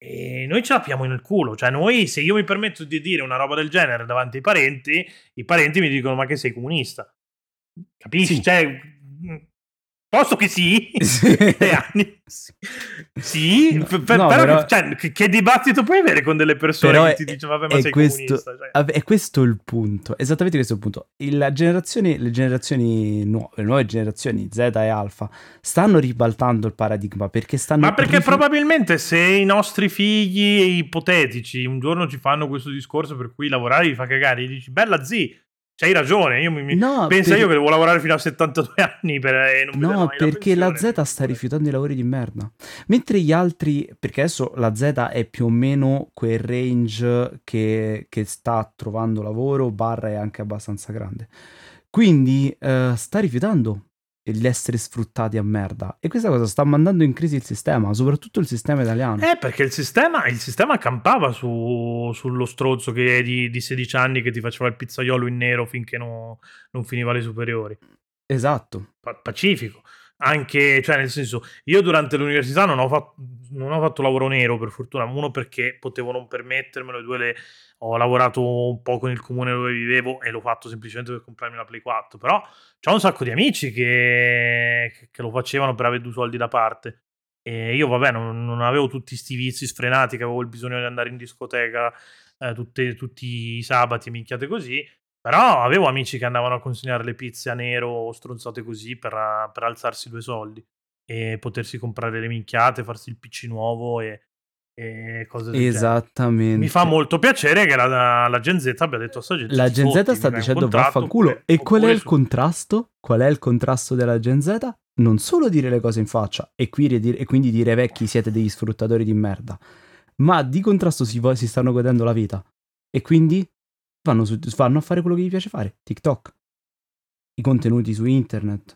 e noi ce l'abbiamo nel culo. Cioè, noi, se io mi permetto di dire una roba del genere davanti ai parenti, i parenti mi dicono: ma che sei comunista? Capisci? Sì. Cioè, mh, posto che sì, Sì. sei anni. Sì, sì, No, per- no, però, però- che, cioè, che, che dibattito puoi avere con delle persone Però che è, ti dicono: vabbè, ma è sei questo, comunista? Cioè, vabbè, è questo il punto. Esattamente questo è il punto. Il- La generazione, le generazioni nuove, le nuove generazioni Z e Alfa stanno ribaltando il paradigma perché stanno ma perché rifle- probabilmente se i nostri figli ipotetici un giorno ci fanno questo discorso per cui lavorare gli fa cagare, gli dici: bella zii, c'hai ragione, io mi, mi- No, pensa per- io che devo lavorare fino a settantadue anni per, e non vedere No, mai la perché la pensione, Z sta figurati. rifiutando i lavori di merda. Mentre gli altri, perché adesso la Z è più o meno quel range che, che sta trovando lavoro, barra è anche abbastanza grande. Quindi eh, sta rifiutando l'essere sfruttati a merda. E questa cosa sta mandando in crisi il sistema, soprattutto il sistema italiano. Eh, perché il sistema, il sistema campava su, sullo stronzo che di, di sedici anni che ti faceva il pizzaiolo in nero finché no- non finiva le superiori. Esatto. Pa- pacifico. Anche, cioè, nel senso, io durante l'università non ho, fatto, non ho fatto lavoro nero, per fortuna. Uno, perché potevo non permettermelo, e due, le, ho lavorato un po' con il comune dove vivevo e l'ho fatto semplicemente per comprarmi la Play quattro. Però c'ho un sacco di amici che, che- che lo facevano per avere due soldi da parte. E io, vabbè, non, non avevo tutti sti vizi sfrenati, che avevo il bisogno di andare in discoteca eh, tutte- tutti i sabati, minchiate così. Però avevo amici che andavano a consegnare le pizze a nero o stronzate così per, per alzarsi due soldi. e potersi comprare le minchiate, farsi il P C nuovo e, e cose del genere. Esattamente. Mi fa molto piacere che la, la Gen Z abbia detto a sta gente: La "Ti Gen Z fotti, sta mi fai un dicendo contratto, vaffanculo. oppure- E qual è oppure il su- contrasto? Qual è il contrasto della Gen Z? Non solo dire le cose in faccia e, qui ridire- e quindi dire ai vecchi siete degli sfruttatori di merda, ma di contrasto si, vo- si stanno godendo la vita. E quindi vanno, su- vanno a fare quello che gli piace fare. TikTok, i contenuti su internet.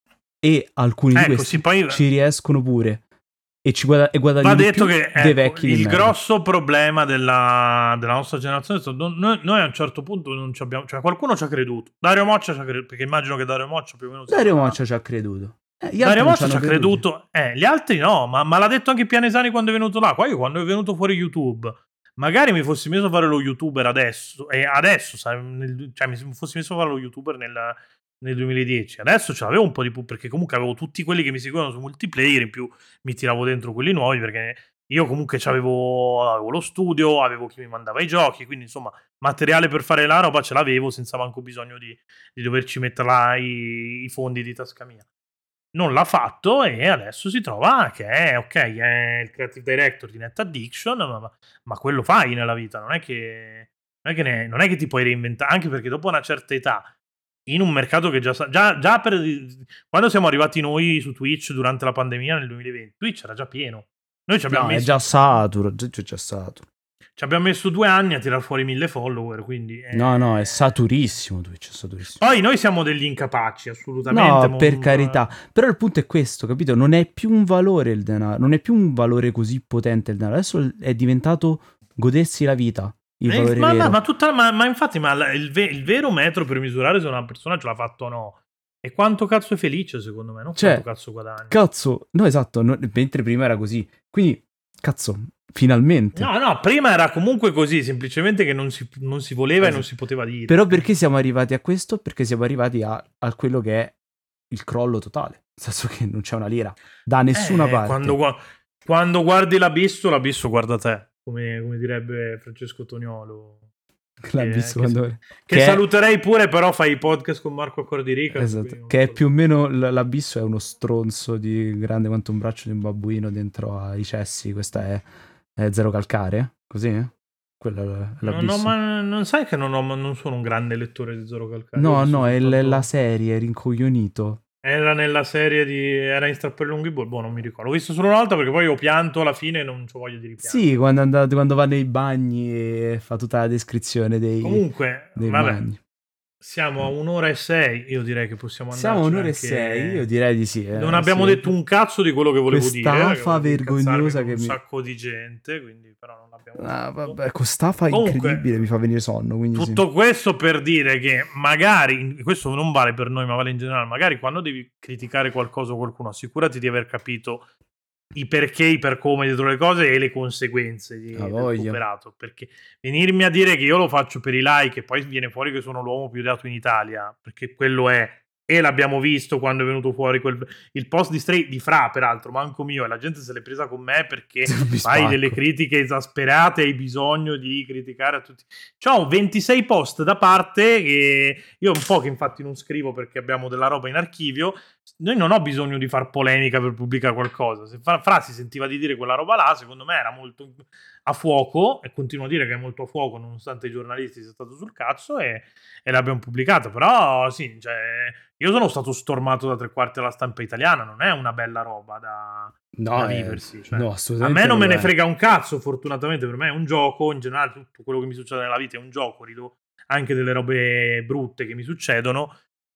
E alcuni di Ecco, questi sì, poi ci riescono pure. E, ci guada- e va guadagnano di detto più che dei ecco, vecchi di il merda. grosso problema della, della nostra generazione è stato non- noi, noi a un certo punto non ci abbiamo, cioè qualcuno ci ha creduto. Dario Moccia ci ha creduto, perché immagino che Dario Moccia più o meno sia Dario una- Moccia ci ha creduto. Eh, gli altri Dario non ci Moccia ci hanno ha creduto, eh, gli altri no, ma, ma l'ha detto anche Pianesani quando è venuto là. Qua io quando è venuto fuori YouTube, magari mi fossi messo a fare lo youtuber adesso, e adesso, sai, nel- cioè mi fossi messo a fare lo youtuber nel, nel duemiladieci, adesso ce l'avevo un po' di più, perché comunque avevo tutti quelli che mi seguivano su multiplayer, in più mi tiravo dentro quelli nuovi, perché io comunque c'avevo, avevo lo studio, avevo chi mi mandava i giochi, quindi insomma materiale per fare la roba ce l'avevo senza manco bisogno di, di doverci mettere là i, i fondi di tasca mia. Non l'ha fatto e adesso si trova che è ok, è il creative director di Net Addiction, ma, ma- ma quello fai nella vita, non è che, non è che, ne- non è che ti puoi reinventare, anche perché dopo una certa età, in un mercato che già, sa- già, già per, quando siamo arrivati noi su Twitch durante la pandemia nel duemilaventi, Twitch era già pieno. Noi ci abbiamo No, è messo già saturo. Già, già saturo. ci abbiamo messo due anni a tirar fuori mille follower, quindi... No, no, è eh, saturissimo Twitch, è saturissimo. Poi noi siamo degli incapaci, assolutamente. No, per mo- carità. Però il punto è questo, capito? Non è più un valore il denaro, non è più un valore così potente il denaro. Adesso è diventato godersi la vita, il Eh, valore ma, ma, vero. ma tutta, ma, ma infatti, ma la- il, ve- il vero metro per misurare se una persona ce l'ha fatto o no è quanto cazzo è felice, secondo me, non Cioè, quanto cazzo guadagna. Cazzo, no, esatto, no- mentre prima era così. Quindi, cazzo, finalmente. No, no, prima era comunque così, semplicemente che non si, non si voleva e non Esatto. si poteva dire. Però perché siamo arrivati a questo? Perché siamo arrivati a, a quello che è il crollo totale. Nel senso che non c'è una lira da nessuna Eh, parte. Quando, gua- quando guardi l'abisso, l'abisso guarda te, come, come direbbe Francesco Toniolo. L'ha Che, visto che- quando... che che è- saluterei pure, però fai i podcast con Marco Accordirica. Esatto, che è più o meno l- l'abisso è uno stronzo di grande quanto un braccio di un babbuino dentro ai cessi. Questa è, è zero calcare, così? Quello è No, l'abisso. no, ma non sai che non, ho- non sono un grande lettore di Zero Calcare. Io ho No, visto no, è l- soltanto- la serie, è rincoglionito. Era nella serie di... Era in Strappellunghi Ball, boh, non mi ricordo. L'ho visto solo una volta perché poi ho pianto alla fine e non ho voglia di ripiangere. Sì, quando, è andato- quando va nei bagni e fa tutta la descrizione dei, Comunque, dei vabbè, bagni. siamo a un'ora e sei, io direi che possiamo andare. Siamo a un'ora e sei, io direi di sì. eh, Non abbiamo sì. detto un cazzo di quello che volevo Quest'afa dire. perché volevo vergognosa incazzarmi che con mi- un sacco di gente, quindi però non l'abbiamo Ah, fatto. vabbè, quest'afa Comunque, incredibile mi fa venire sonno, quindi sì. Tutto questo per dire che magari, questo non vale per noi ma vale in generale, magari quando devi criticare qualcosa o qualcuno, assicurati di aver capito i perché, i per come dietro le cose e le conseguenze di, Ah, del voglia. tuo operato, perché venirmi a dire che io lo faccio per i like e poi viene fuori che sono l'uomo più odiato in Italia, perché quello è, e l'abbiamo visto quando è venuto fuori quel, il post di Stray, di Fra peraltro, manco mio, e la gente se l'è presa con me perché Mi fai spacco. delle critiche esasperate, hai bisogno di criticare a tutti. C'ho ventisei post da parte che io un po' che infatti non scrivo perché abbiamo della roba in archivio. Noi non ho bisogno di far polemica per pubblicare qualcosa. Se Fra, Fra si sentiva di dire quella roba là, secondo me era molto a fuoco, e continuo a dire che è molto a fuoco nonostante i giornalisti siano stati sul cazzo, e, e l'abbiamo pubblicata. Però sì, cioè, io sono stato stormato da tre quarti della stampa italiana, non è una bella roba da, No, da è- viversi. Cioè, no, a assolutamente me non me ne lo è. frega un cazzo, fortunatamente per me è un gioco, in generale tutto quello che mi succede nella vita è un gioco, rido anche delle robe brutte che mi succedono,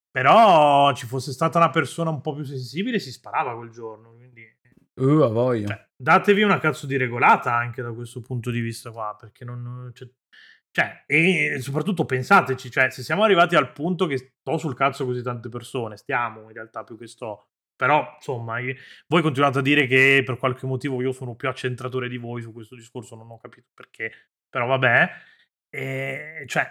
però ci fosse stata una persona un po' più sensibile si sparava quel giorno, quindi Uh, a voglia. cioè, datevi una cazzo di regolata anche da questo punto di vista qua, perché non... Cioè, cioè, e soprattutto pensateci, cioè, se siamo arrivati al punto che sto sul cazzo così tante persone, stiamo in realtà più che sto, però insomma, io- voi continuate a dire che per qualche motivo io sono più accentratore di voi su questo discorso, non ho capito perché, però vabbè, e, cioè,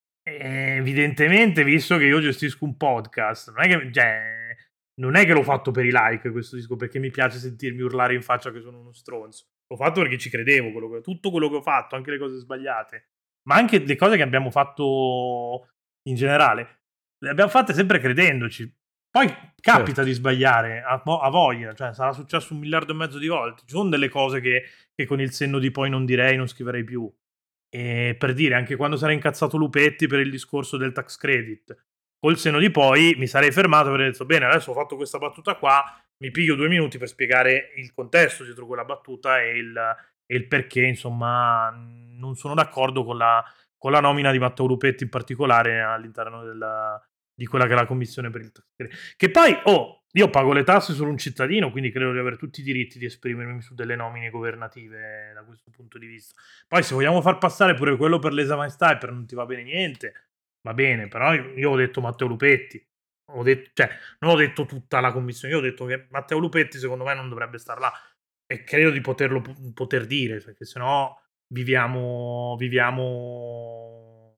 e evidentemente, visto che io gestisco un podcast, non è che, cioè, non è che l'ho fatto per i like questo disco, perché mi piace sentirmi urlare in faccia che sono uno stronzo. L'ho fatto perché ci credevo, quello che- tutto quello che ho fatto, anche le cose sbagliate, ma anche le cose che abbiamo fatto in generale, le abbiamo fatte sempre credendoci. Poi capita certo. di sbagliare, a, a voglia, cioè sarà successo un miliardo e mezzo di volte. Ci sono delle cose che, che con il senno di poi non direi, non scriverei più. E per dire, anche quando sarà incazzato Lupetti per il discorso del tax credit, col senno di poi mi sarei fermato e avrei detto, bene, adesso ho fatto questa battuta qua, mi piglio due minuti per spiegare il contesto dietro quella battuta e il, e il perché, insomma, non sono d'accordo con la, con la nomina di Matteo Lupetti in particolare all'interno della... di quella che è la commissione per il tax credit. Che poi, oh, io pago le tasse, sono un cittadino, quindi credo di avere tutti i diritti di esprimermi su delle nomine governative da questo punto di vista. Poi se vogliamo far passare pure quello per lesa maestà e per non ti va bene niente, va bene, però io, io ho detto Matteo Lupetti, ho detto, cioè non ho detto tutta la commissione, io ho detto che Matteo Lupetti secondo me non dovrebbe star là e credo di poterlo poter dire, perché sennò viviamo viviamo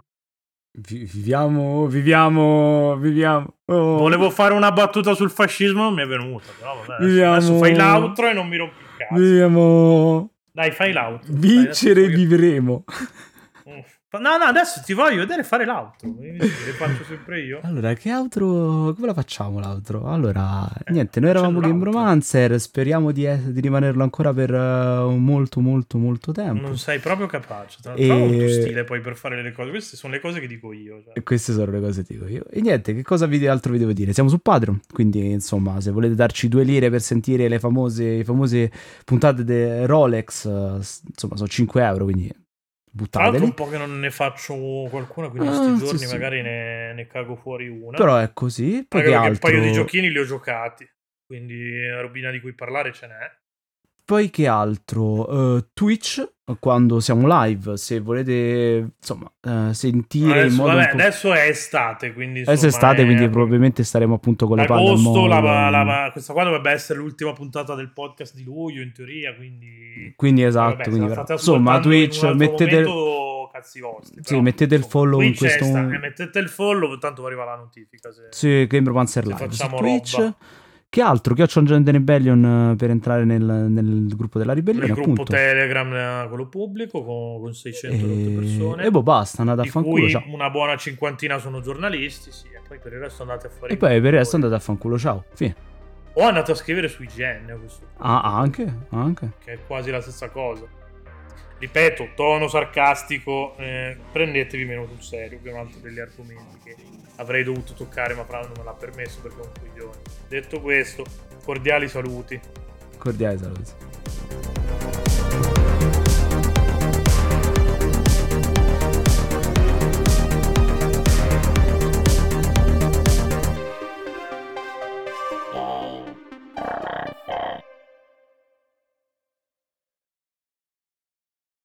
Viviamo, viviamo, viviamo. Oh. Volevo fare una battuta sul fascismo, non mi è venuta. Però vabbè, adesso, viviamo, adesso fai l'outro e non mi rompi il cazzo. Viviamo. Dai, fai l'outro. Vincere Dai, vivremo. No, no, adesso ti voglio vedere fare l'outro. Le faccio sempre io. Allora, che outro? Come la facciamo l'outro? Allora, eh, niente, noi eravamo Game Romancer. Speriamo di, di rimanerlo ancora per uh, molto, molto, molto tempo. Non sei proprio capace. Tra l'altro, e... molto stile poi per fare le cose. Queste sono le cose che dico io. Cioè. E queste sono le cose che dico io. E niente, che cosa vi, altro vi devo dire? Siamo su Patreon. Quindi, insomma, se volete darci due lire per sentire le famose, le famose puntate di Rolex, uh, insomma, sono cinque euro. Quindi. Tra l'altro un po' che non ne faccio qualcuna, quindi ah, questi giorni sì, sì. magari ne, ne cago fuori una. Però è così. Poi che che altro... un paio di giochini li ho giocati, quindi robina di cui parlare ce n'è. Poi che altro? Uh, Twitch, quando siamo live, se volete insomma uh, sentire adesso, in modo vabbè, un po'... adesso è estate, quindi insomma, adesso è estate, è... quindi probabilmente staremo appunto con le palle al agosto, mondo. La, la, questa qua dovrebbe essere l'ultima puntata del podcast di luglio in teoria, quindi quindi esatto, vabbè, quindi però... insomma Twitch in mettete momento, cazzi vostri, sì, però, mettete insomma, il follow Twitch in questo sta, e mettete il follow, tanto arriva la notifica se, sì, Game Romancer se live facciamo su Twitch. roba. Che altro? Che ho Agent Rebellion per entrare nel, nel gruppo della ribellione. Il gruppo appunto. Telegram, quello pubblico, con, con seicentorotte e... persone. E boh, basta, andate a di fanculo. Cui ciao. Una buona cinquantina sono giornalisti, sì, e poi per il resto andate a fare. E poi per il resto andate a fanculo, ciao. Fine. O andate a scrivere su I G N. A questo punto, ah, anche, anche. Che è quasi la stessa cosa. Ripeto, tono sarcastico, eh, prendetevi meno sul serio, che è un altro degli argomenti che avrei dovuto toccare, ma Fra non me l'ha permesso perché è un coglione. Detto questo, cordiali saluti. Cordiali saluti.